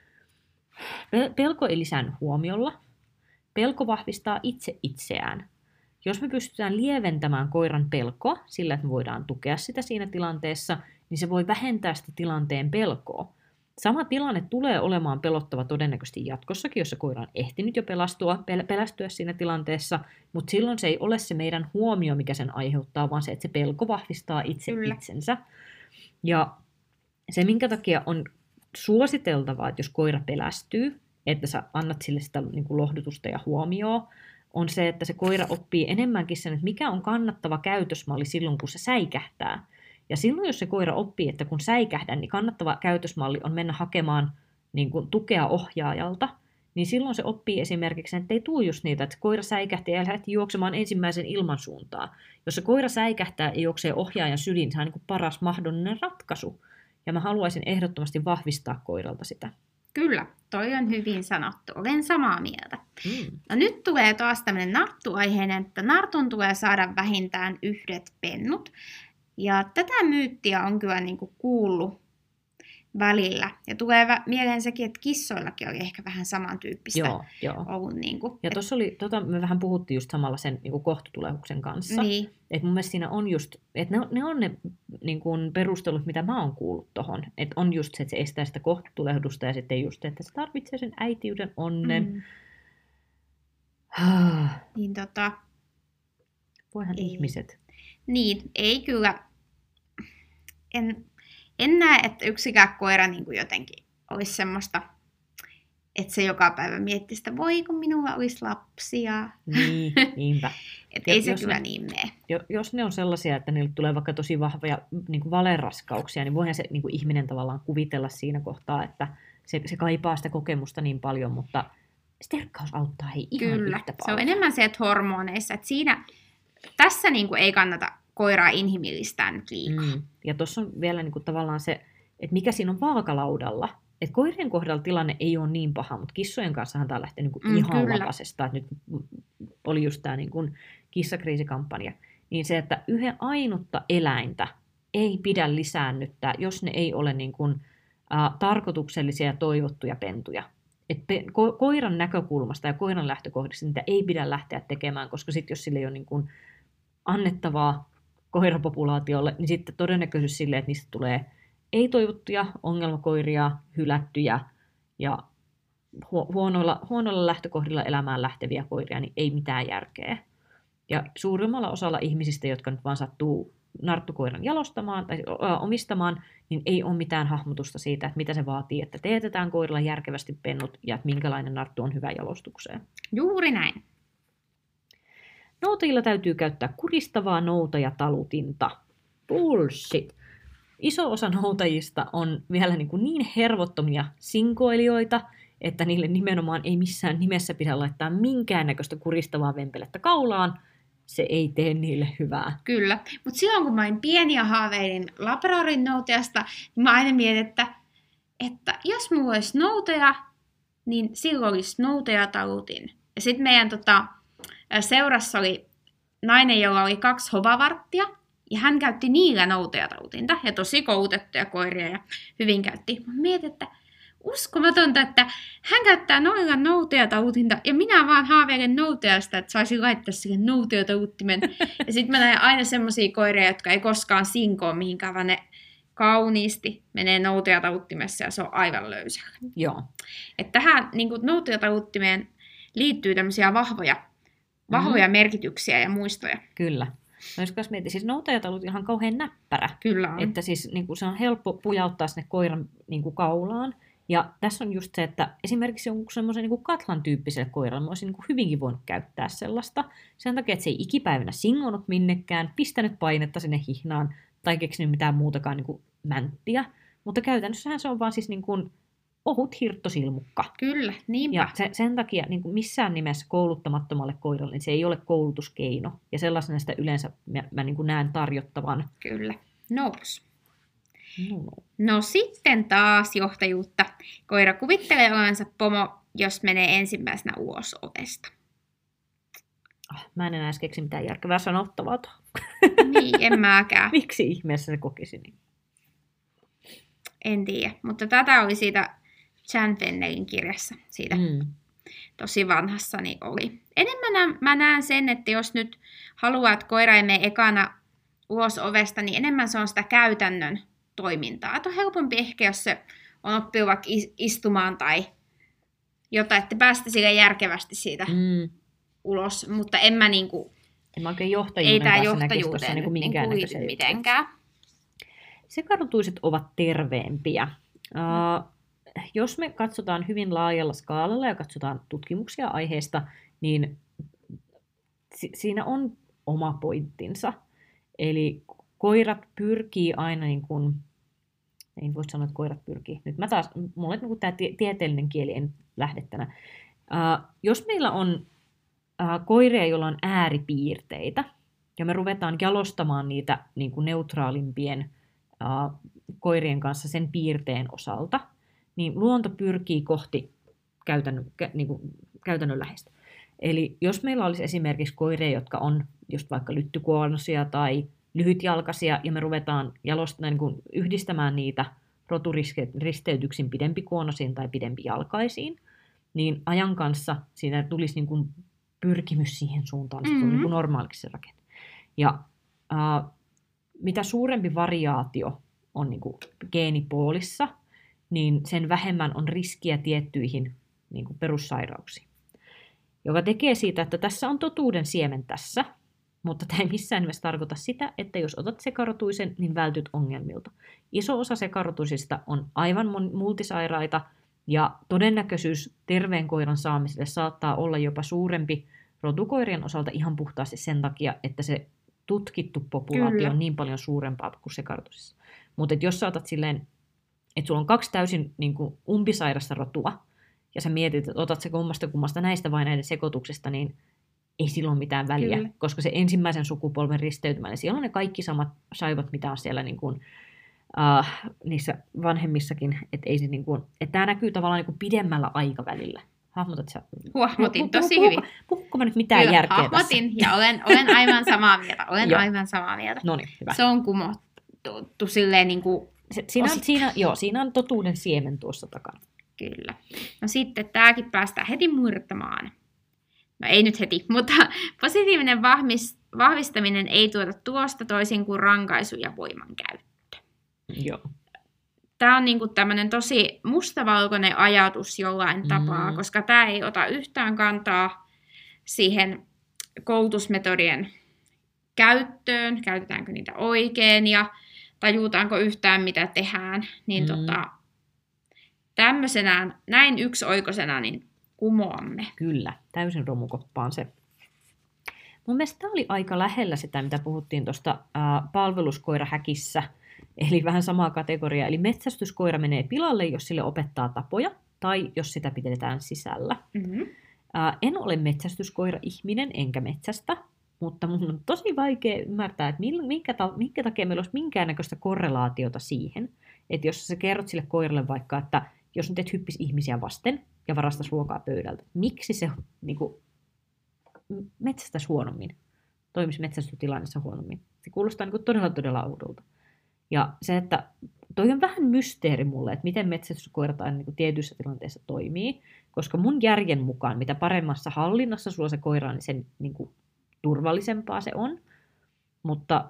S3: pelko ei lisäänny huomiolla. Pelko vahvistaa itse itseään. Jos me pystytään lieventämään koiran pelkoa sillä, että me voidaan tukea sitä siinä tilanteessa, niin se voi vähentää sitä tilanteen pelkoa. Sama tilanne tulee olemaan pelottava todennäköisesti jatkossakin, jos se koira on ehtinyt jo pelästyä siinä tilanteessa, mutta silloin se ei ole se meidän huomio, mikä sen aiheuttaa, vaan se, että se pelko vahvistaa itse itsensä. Ja se, minkä takia on suositeltavaa, että jos koira pelästyy, että sä annat sille sitä lohdutusta ja huomioon, on se, että se koira oppii enemmänkin sen, että mikä on kannattava käytösmalli silloin, kun se säikähtää. Ja silloin, jos se koira oppii, että kun säikähdän, niin kannattava käytösmalli on mennä hakemaan tukea ohjaajalta, niin silloin se oppii esimerkiksi, että ei tule just niitä, että koira säikähtää ja lähti juoksemaan ensimmäisen ilmansuuntaan. Jos se koira säikähtää ja juoksee ohjaajan syliin, se on paras mahdollinen ratkaisu. Ja mä haluaisin ehdottomasti vahvistaa koiralta sitä.
S2: Kyllä, toi on hyvin sanottu. Olen samaa mieltä. No nyt tulee taas tämmöinen narttuaiheinen, että nartun tulee saada vähintään 1 pennut. Ja tätä myyttiä on kyllä kuullut välillä. Ja tulee mieleen sekin, että kissoillakin oli ehkä vähän samantyyppistä ollut.
S3: Ja tuossa me vähän puhuttiin just samalla sen kohtutulehuksen kanssa.
S2: Niin.
S3: Että mun mielestä siinä on just, että ne on ne perustelut, mitä mä oon kuullut tohon. Että on just se, että se estää sitä kohtutulehdusta ja sitten just, että se tarvitsee sen äitiyden onnen.
S2: Niin
S3: Voihan
S2: ei.
S3: ihmiset.
S2: Niin, ei kyllä. En näe, että yksikään koira jotenkin olisi semmoista, että se joka päivä miettisi, että voi kun minulla olisi lapsia.
S3: Niin, niinpä.
S2: Että ei se kyllä niin mene.
S3: Jos ne on sellaisia, että niille tulee vaikka tosi vahvoja valeraskauksia, niin voihan se ihminen tavallaan kuvitella siinä kohtaa, että se kaipaa sitä kokemusta niin paljon, mutta sterkkaus auttaa ihan
S2: kyllä.
S3: yhtä paljon.
S2: Se on enemmän se, että hormoneissa. Että tässä ei kannata koiraa inhimillistää nyt liikaa.
S3: Ja tuossa on vielä tavallaan se, että mikä siinä on vaakalaudalla. Että koirien kohdalla tilanne ei ole niin paha, mutta kissojen kanssahan tämä lähtee ihan lapasesta. Nyt oli just tämä kissakriisikampanja. Niin se, että yhden ainutta eläintä ei pidä lisäännyttää, jos ne ei ole tarkoituksellisia ja toivottuja pentuja. Koiran näkökulmasta ja koiran lähtökohdista niitä ei pidä lähteä tekemään, koska sitten jos sille ei ole annettavaa koirapopulaatiolle, niin sitten todennäköisyys sille, että niistä tulee ei-toivottuja ongelmakoiria, hylättyjä ja huonoilla lähtökohdilla elämään lähteviä koiria, niin ei mitään järkeä. Ja suurimmalla osalla ihmisistä, jotka nyt vaan sattuu narttukoiran jalostamaan tai omistamaan, niin ei ole mitään hahmotusta siitä, että mitä se vaatii, että teetetään koirilla järkevästi pennut ja että minkälainen narttu on hyvä jalostukseen.
S2: Juuri näin.
S3: Noutajilla täytyy käyttää kuristavaa noutajatalutinta. Bullshit! Iso osa noutajista on vielä niin hervottomia sinkoilijoita, että niille nimenomaan ei missään nimessä pidä laittaa minkäännäköistä kuristavaa vempelettä kaulaan. Se ei tee niille hyvää.
S2: Kyllä, mutta silloin kun mä olin pieni ja haaveilin Labradorin noutajasta, niin mä aina mietin, että jos mulla olisi noutaja, niin silloin olisi noutajatalutin. Ja sitten meidän seurassa oli nainen, jolla oli 2 hovavarttia, ja hän käytti niillä noutajatalutinta, ja tosi koulutettuja koiria, ja hyvin käytti. Mä mietin, että uskomatonta, että hän käyttää noilla noutajatalutinta, ja minä vaan haaveilen noutajasta, että saisin laittaa sille noutajataluuttimen. Ja sitten mä näen aina semmosia koiria, jotka ei koskaan sinkoa mihinkään, vaan ne kauniisti menee noutajataluuttimessa, ja se on aivan löysällä.
S3: Joo.
S2: Että tähän niin noutajataluuttimeen liittyy tämmöisiä vahvoja merkityksiä ja muistoja.
S3: Kyllä. No jos mietin, siis noutajatalut ihan kauhean näppärä.
S2: Kyllä on.
S3: Että siis se on helppo pujauttaa sinne koiran kaulaan. Ja tässä on just se, että esimerkiksi jonkun semmoisen katlan tyyppiselle koiralle mä olisin hyvinkin voinut käyttää sellaista. Sen takia, että se ei ikipäivänä singonut minnekään, pistänyt painetta sinne hihnaan tai keksinyt mitään muutakaan mänttiä. Mutta käytännössähän se on vaan siis ohut hirttosilmukka.
S2: Kyllä, niinpä.
S3: Ja sen takia missään nimessä kouluttamattomalle koiralle niin se ei ole koulutuskeino. Ja sellaisena sitä yleensä mä näen tarjottavan.
S2: Kyllä. No sitten taas johtajuutta. Koira kuvittelee olevansa pomo, jos menee ensimmäisenä ulos ovesta.
S3: Mä en enää edes keksi mitään järkevää sanottavaa tuohon.
S2: Niin, en mäkään.
S3: Miksi ihmeessä se kokisi niin?
S2: En tiedä, mutta tätä oli siitä Jan Fennelin kirjassa, siitä tosi vanhassa, niin oli. Enemmän mä näen sen, että jos nyt haluaa, että koira ei mene ekana ulos ovesta, niin enemmän se on sitä käytännön toimintaa. Että on helpompi ehkä, jos se on oppinut vaikka istumaan tai jotain, että päästä sille järkevästi siitä ulos, mutta en mä
S3: en mä oikein johtajuuden kanssa näkisi tuossa minkäännäköisiä
S2: mitenkään.
S3: Sekarotuiset ovat terveempiä. Jos me katsotaan hyvin laajalla skaalalla ja katsotaan tutkimuksia aiheesta, niin siinä on oma pointtinsa. Eli koirat pyrkii aina, en voi sanoa, että koirat pyrkii. Nyt mulla on tämä tieteellinen kieli en lähdettänä. Jos meillä on koiria, joilla on ääripiirteitä, ja me ruvetaan jalostamaan niitä neutraalimpien koirien kanssa sen piirteen osalta, niin luonto pyrkii kohti käytännönläheistä. Eli jos meillä olisi esimerkiksi koiria, jotka on just vaikka lyttykuonosia tai lyhytjalkaisia, ja me ruvetaan yhdistämään niitä roturisteytyksin pidempikuonosiin tai pidempijalkaisiin, niin ajan kanssa siinä tulisi pyrkimys siihen suuntaan, että se on normaaliksi se rakenne. Ja mitä suurempi variaatio on geenipoolissa, niin sen vähemmän on riskiä tiettyihin perussairauksiin. Joka tekee siitä, että tässä on totuuden siemen tässä, mutta tämä ei missään nimessä tarkoita sitä, että jos otat sekarotuisen, niin vältyt ongelmilta. Iso osa sekarotuisista on aivan multisairaita, ja todennäköisyys terveen koiran saamiselle saattaa olla jopa suurempi rotukoirien osalta ihan puhtaasti sen takia, että se tutkittu populaatio on niin paljon suurempaa kuin sekarotuisissa. Mutta jos sä otat silleen, että sulla on 2 täysin umpisairasta rotua, ja sä mietit, että otat se kummasta näistä vai näiden sekoituksesta, niin ei silloin mitään väliä, koska se ensimmäisen sukupolven risteytymä, niin siellä on ne kaikki samat saivat, mitä on siellä niissä vanhemmissakin, että ei se että tämä näkyy tavallaan pidemmällä aikavälillä. Hahmotat sä?
S2: Hahmotin tosi hyvin.
S3: Puhuko mä nyt mitään järkeä
S2: hahmotin, tässä? Ja olen aivan samaa mieltä. Aivan samaa mieltä.
S3: Noniin, hyvä.
S2: Se on kumottu silleen
S3: siinä on totuuden siemen tuossa takana.
S2: Kyllä. No sitten tämäkin päästään heti murtamaan. No ei nyt heti, mutta positiivinen vahvistaminen ei tuota tuosta toisin kuin rankaisu ja voimankäyttö.
S3: Joo.
S2: tämä on niinku tämmöinen tosi mustavalkoinen ajatus jollain tapaa, koska tämä ei ota yhtään kantaa siihen koulutusmetodien käyttöön, käytetäänkö niitä oikein ja tajutaanko yhtään mitä tehdään, niin tämmöisenä, näin yksioikoisena, niin kumoamme.
S3: Kyllä, täysin romukoppaan se. Mun mielestä tämä oli aika lähellä sitä, mitä puhuttiin tuosta palveluskoirahäkissä, eli vähän samaa kategoriaa. Eli metsästyskoira menee pilalle, jos sille opettaa tapoja, tai jos sitä pidetään sisällä. En ole metsästyskoira-ihminen, enkä metsästä, mutta mun on tosi vaikea ymmärtää, että minkä takia meillä olisi minkäännäköistä korrelaatiota siihen, että jos sä kerrot sille koiralle vaikka, että jos nyt et hyppisi ihmisiä vasten ja varastas ruokaa pöydältä, miksi se niin kuin, metsästäisi huonommin, toimisi metsästystilanteessa huonommin. Se kuulostaa niin kuin todella, todella oudolta. Ja se, että toi on vähän mysteeri mulle, että miten metsästyskoirat aina niin kuin tietyissä tilanteissa toimii, koska mun järjen mukaan, mitä paremmassa hallinnassa sulla se koira on, niin sen niin kuin turvallisempaa se on. Mutta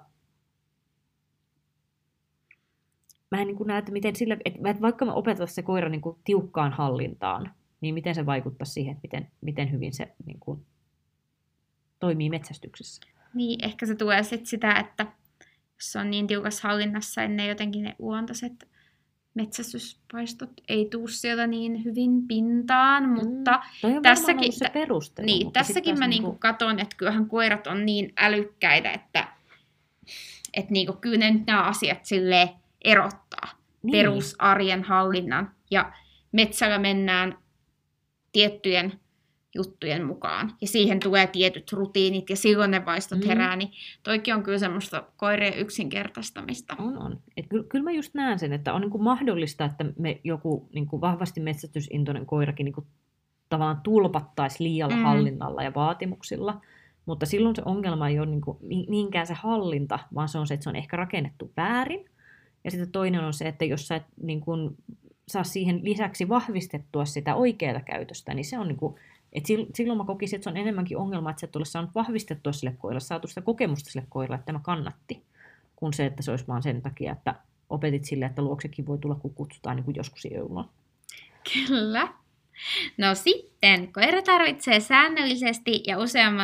S3: mä en niin kuin näe, että miten sillä, että vaikka me opetetaan se koira niin kuin tiukkaan hallintaan, niin miten se vaikuttaa siihen, että miten hyvin se niin kuin toimii metsästyksessä.
S2: Niin, ehkä se tulee sitten sitä, että jos se on niin tiukassa hallinnassa, ne jotenkin ne uontaiset metsästyspaistot ei tuu sieltä niin hyvin pintaan, mutta
S3: tässäkin se perustelu.
S2: Niin, tässäkin mä niinku katson, että kyllähän koirat on niin älykkäitä, että niinku kyllä ne nyt nämä asiat silleen erottaa. Niin. Perusarjen hallinnan ja metsällä mennään tiettyjen juttujen mukaan. Ja siihen tulee tietyt rutiinit ja silloin ne vaistot herää, niin toikin on kyllä semmoista koirien yksinkertaistamista.
S3: On. Kyllä mä just näen sen, että on niinku mahdollista, että me joku niinku vahvasti metsästysintoinen koirakin niinku tavallaan tulpattaisi liialla hallinnalla ja vaatimuksilla, mutta silloin se ongelma ei ole niinku niinkään se hallinta, vaan se on se, että se on ehkä rakennettu väärin. Ja sitten toinen on se, että jos sä et niinku saa siihen lisäksi vahvistettua sitä oikeaa käytöstä, niin se on niinku et silloin mä kokisin, että se on enemmänkin ongelma, että sä et ole saanut vahvistettua sille koiralle, saatu sitä kokemusta sille koiralle, että tämä kannatti, kun se, että se olisi vaan sen takia, että opetit sille, että luoksekin voi tulla, kun kutsutaan niin kuin joskus jouluna.
S2: Kyllä. No sitten, koira tarvitsee säännöllisesti ja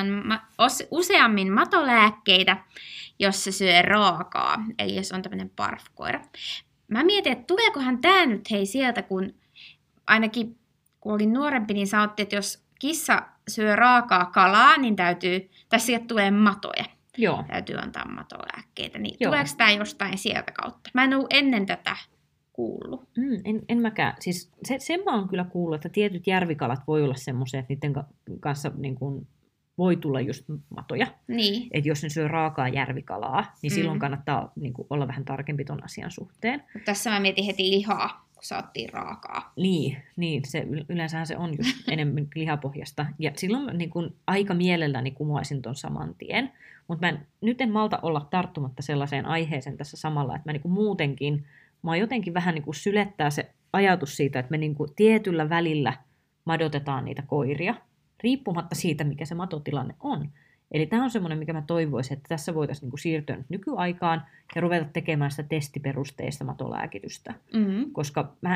S2: useammin matolääkkeitä, jos se syö raakaa, eli jos on tämmöinen barf-koira. Mä mietin, että tuleekohan tämä nyt sieltä, kun ainakin kun olin nuorempi, niin sanottiin, että jos kissa syö raakaa kalaa, niin sieltä tulee matoja.
S3: Joo.
S2: Täytyy antaa matolääkkeitä. Niin tuleeko tämä jostain sieltä kautta? Mä en ole ennen tätä kuullut.
S3: En mäkään. Siis sen mä oon kyllä kuullut, että tietyt järvikalat voi olla semmoisia, että niiden kanssa niin kuin voi tulla just matoja.
S2: Niin.
S3: Että jos ne syö raakaa järvikalaa, niin silloin kannattaa niin kuin olla vähän tarkempi ton asian suhteen.
S2: Mutta tässä mä mietin heti lihaa, kun saattiin raakaa.
S3: Niin se, yleensähän se on just enemmän lihapohjasta. Ja silloin niin kun aika mielelläni kumoaisin ton saman tien. Mutta nyt en malta olla tarttumatta sellaiseen aiheeseen tässä samalla, että mä niin kun muutenkin, mä jotenkin vähän niin kun sylettää se ajatus siitä, että me niin kun tietyllä välillä madotetaan niitä koiria, riippumatta siitä, mikä se matotilanne on. Eli tämä on semmoinen, mikä mä toivoisin, että tässä voitaisiin niinku siirtyä nyt nykyaikaan ja ruveta tekemään sitä testiperusteista matolääkitystä. Koska mä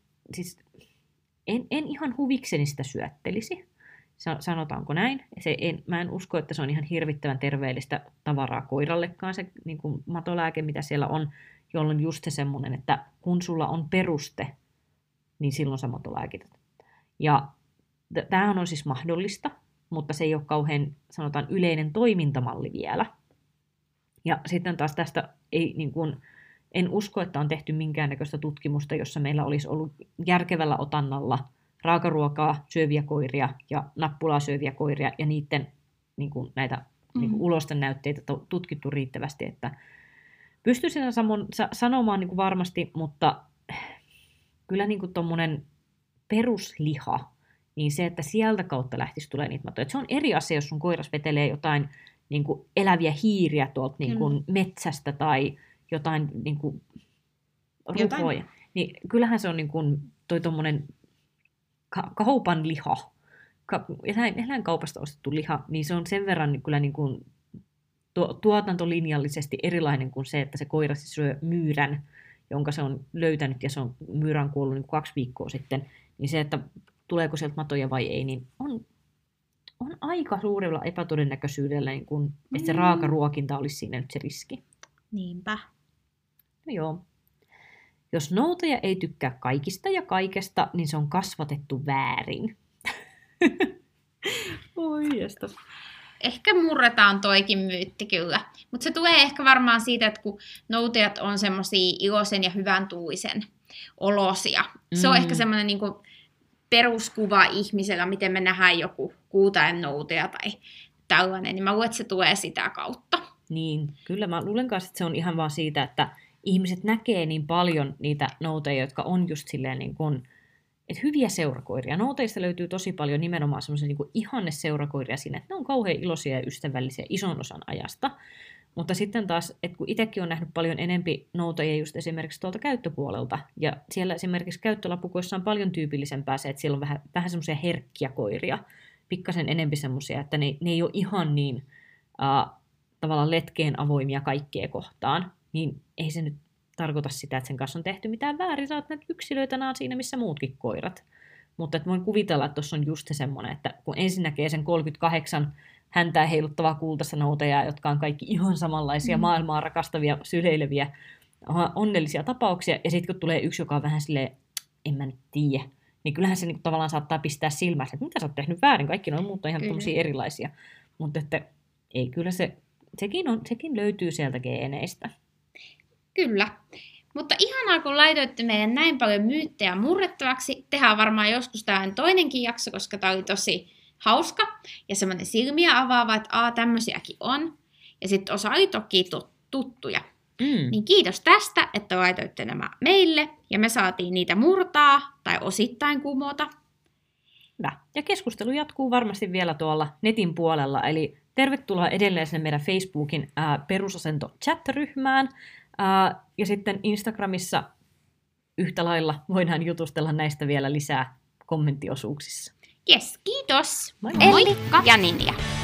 S3: en ihan huvikseni sitä syöttelisi, sanotaanko näin. Mä en usko, että se on ihan hirvittävän terveellistä tavaraa koirallekaan se niin kuin matolääke, mitä siellä on, jolloin just se semmoinen, että kun sulla on peruste, niin silloin sä matolääkität. Ja tämähän on siis mahdollista, mutta se ei ole kauhean, sanotaan, yleinen toimintamalli vielä. Ja sitten taas tästä en usko, että on tehty minkäännäköistä tutkimusta, jossa meillä olisi ollut järkevällä otannalla raakaruokaa syöviä koiria ja nappulaa syöviä koiria ja niiden näitä ulosten näytteitä tutkittu riittävästi, että pystyisin sanomaan varmasti, mutta kyllä tuommoinen perusliha, niin se, että sieltä kautta lähtisi tulee niitä matoja. Se on eri asia, jos sun koiras vetelee jotain eläviä hiiriä tuolta metsästä tai jotain ruhoja. Niin kyllähän se on toi tommonen kaupan liha, eläinkaupasta ostettu liha, niin se on sen verran kyllä tuotantolinjallisesti erilainen kuin se, että se koiras syö myyrän jonka se on löytänyt, ja se on myyrän kuollut niin 2 viikkoa sitten, niin se, että tuleeko sieltä matoja vai ei, niin on aika suurella epätodennäköisyydellä, niin kun, että se raakaruokinta olisi siinä nyt se riski.
S2: Niinpä.
S3: No joo. Jos noutaja ei tykkää kaikista ja kaikesta, niin se on kasvatettu väärin. Oi jestas.
S2: Ehkä murretaan toikin myytti kyllä. Mutta se tulee ehkä varmaan siitä, että kun noutajat on semmosia iloisen ja hyvän tuulisen olosia. Se on ehkä semmoinen niinku peruskuva ihmisellä, miten me nähdään joku kultainen noutaja tai tällainen. Niin mä luulen, että se tulee sitä kautta.
S3: Niin, kyllä mä luulen kanssa, että se on ihan vaan siitä, että ihmiset näkee niin paljon niitä noutajia, jotka on just silleen niin kuin, että hyviä seurakoiria. Noutajista löytyy tosi paljon nimenomaan semmoisia niin kuin ihanne seurakoiria siinä, että ne on kauhean iloisia ja ystävällisiä ison osan ajasta. Mutta sitten taas, että kun itsekin on nähnyt paljon enempi noutajia just esimerkiksi tuolta käyttöpuolelta, ja siellä esimerkiksi käyttölapukoissa on paljon tyypillisempää se, että siellä on vähän semmoisia herkkiä koiria, pikkasen enempi semmoisia, että ne ei ole ihan niin tavallaan letkeen avoimia kaikkea kohtaan, niin ei se nyt tarkoita sitä, että sen kanssa on tehty mitään väärin. Sä oot näitä yksilöitä siinä, missä muutkin koirat. Mutta voin kuvitella, että tuossa on just semmoinen, että kun ensin näkee sen 38 häntää heiluttavaa kultaista noutajaa, jotka on kaikki ihan samanlaisia maailmaa rakastavia, syleileviä, onnellisia tapauksia, ja sitten kun tulee yksi, joka on vähän silleen, en mä nyt tiedä, niin kyllähän se niinku tavallaan saattaa pistää silmään, että mitä sä oot tehnyt väärin, kaikki nuo muut on ihan tommosia erilaisia. Mutta että ei, kyllä sekin löytyy sieltä geeneistä.
S2: Kyllä. Mutta ihanaa, kun laitoitte meille näin paljon myyttejä murrettavaksi. Tehdään varmaan joskus tähän toinenkin jakso, koska tämä oli tosi hauska ja semmoinen silmiä avaava, että tämmöisiäkin on. Ja sitten osa oli toki tuttuja. Niin kiitos tästä, että laitoitte nämä meille ja me saatiin niitä murtaa tai osittain kumota.
S3: Hyvä. Ja keskustelu jatkuu varmasti vielä tuolla netin puolella, eli tervetuloa edelleen sinne meidän Facebookin perusasento chat-ryhmään. Ja sitten Instagramissa yhtä lailla voidaan jutustella näistä vielä lisää kommenttiosuuksissa.
S2: Yes, kiitos!
S3: Moi
S1: Elli ja Ninja.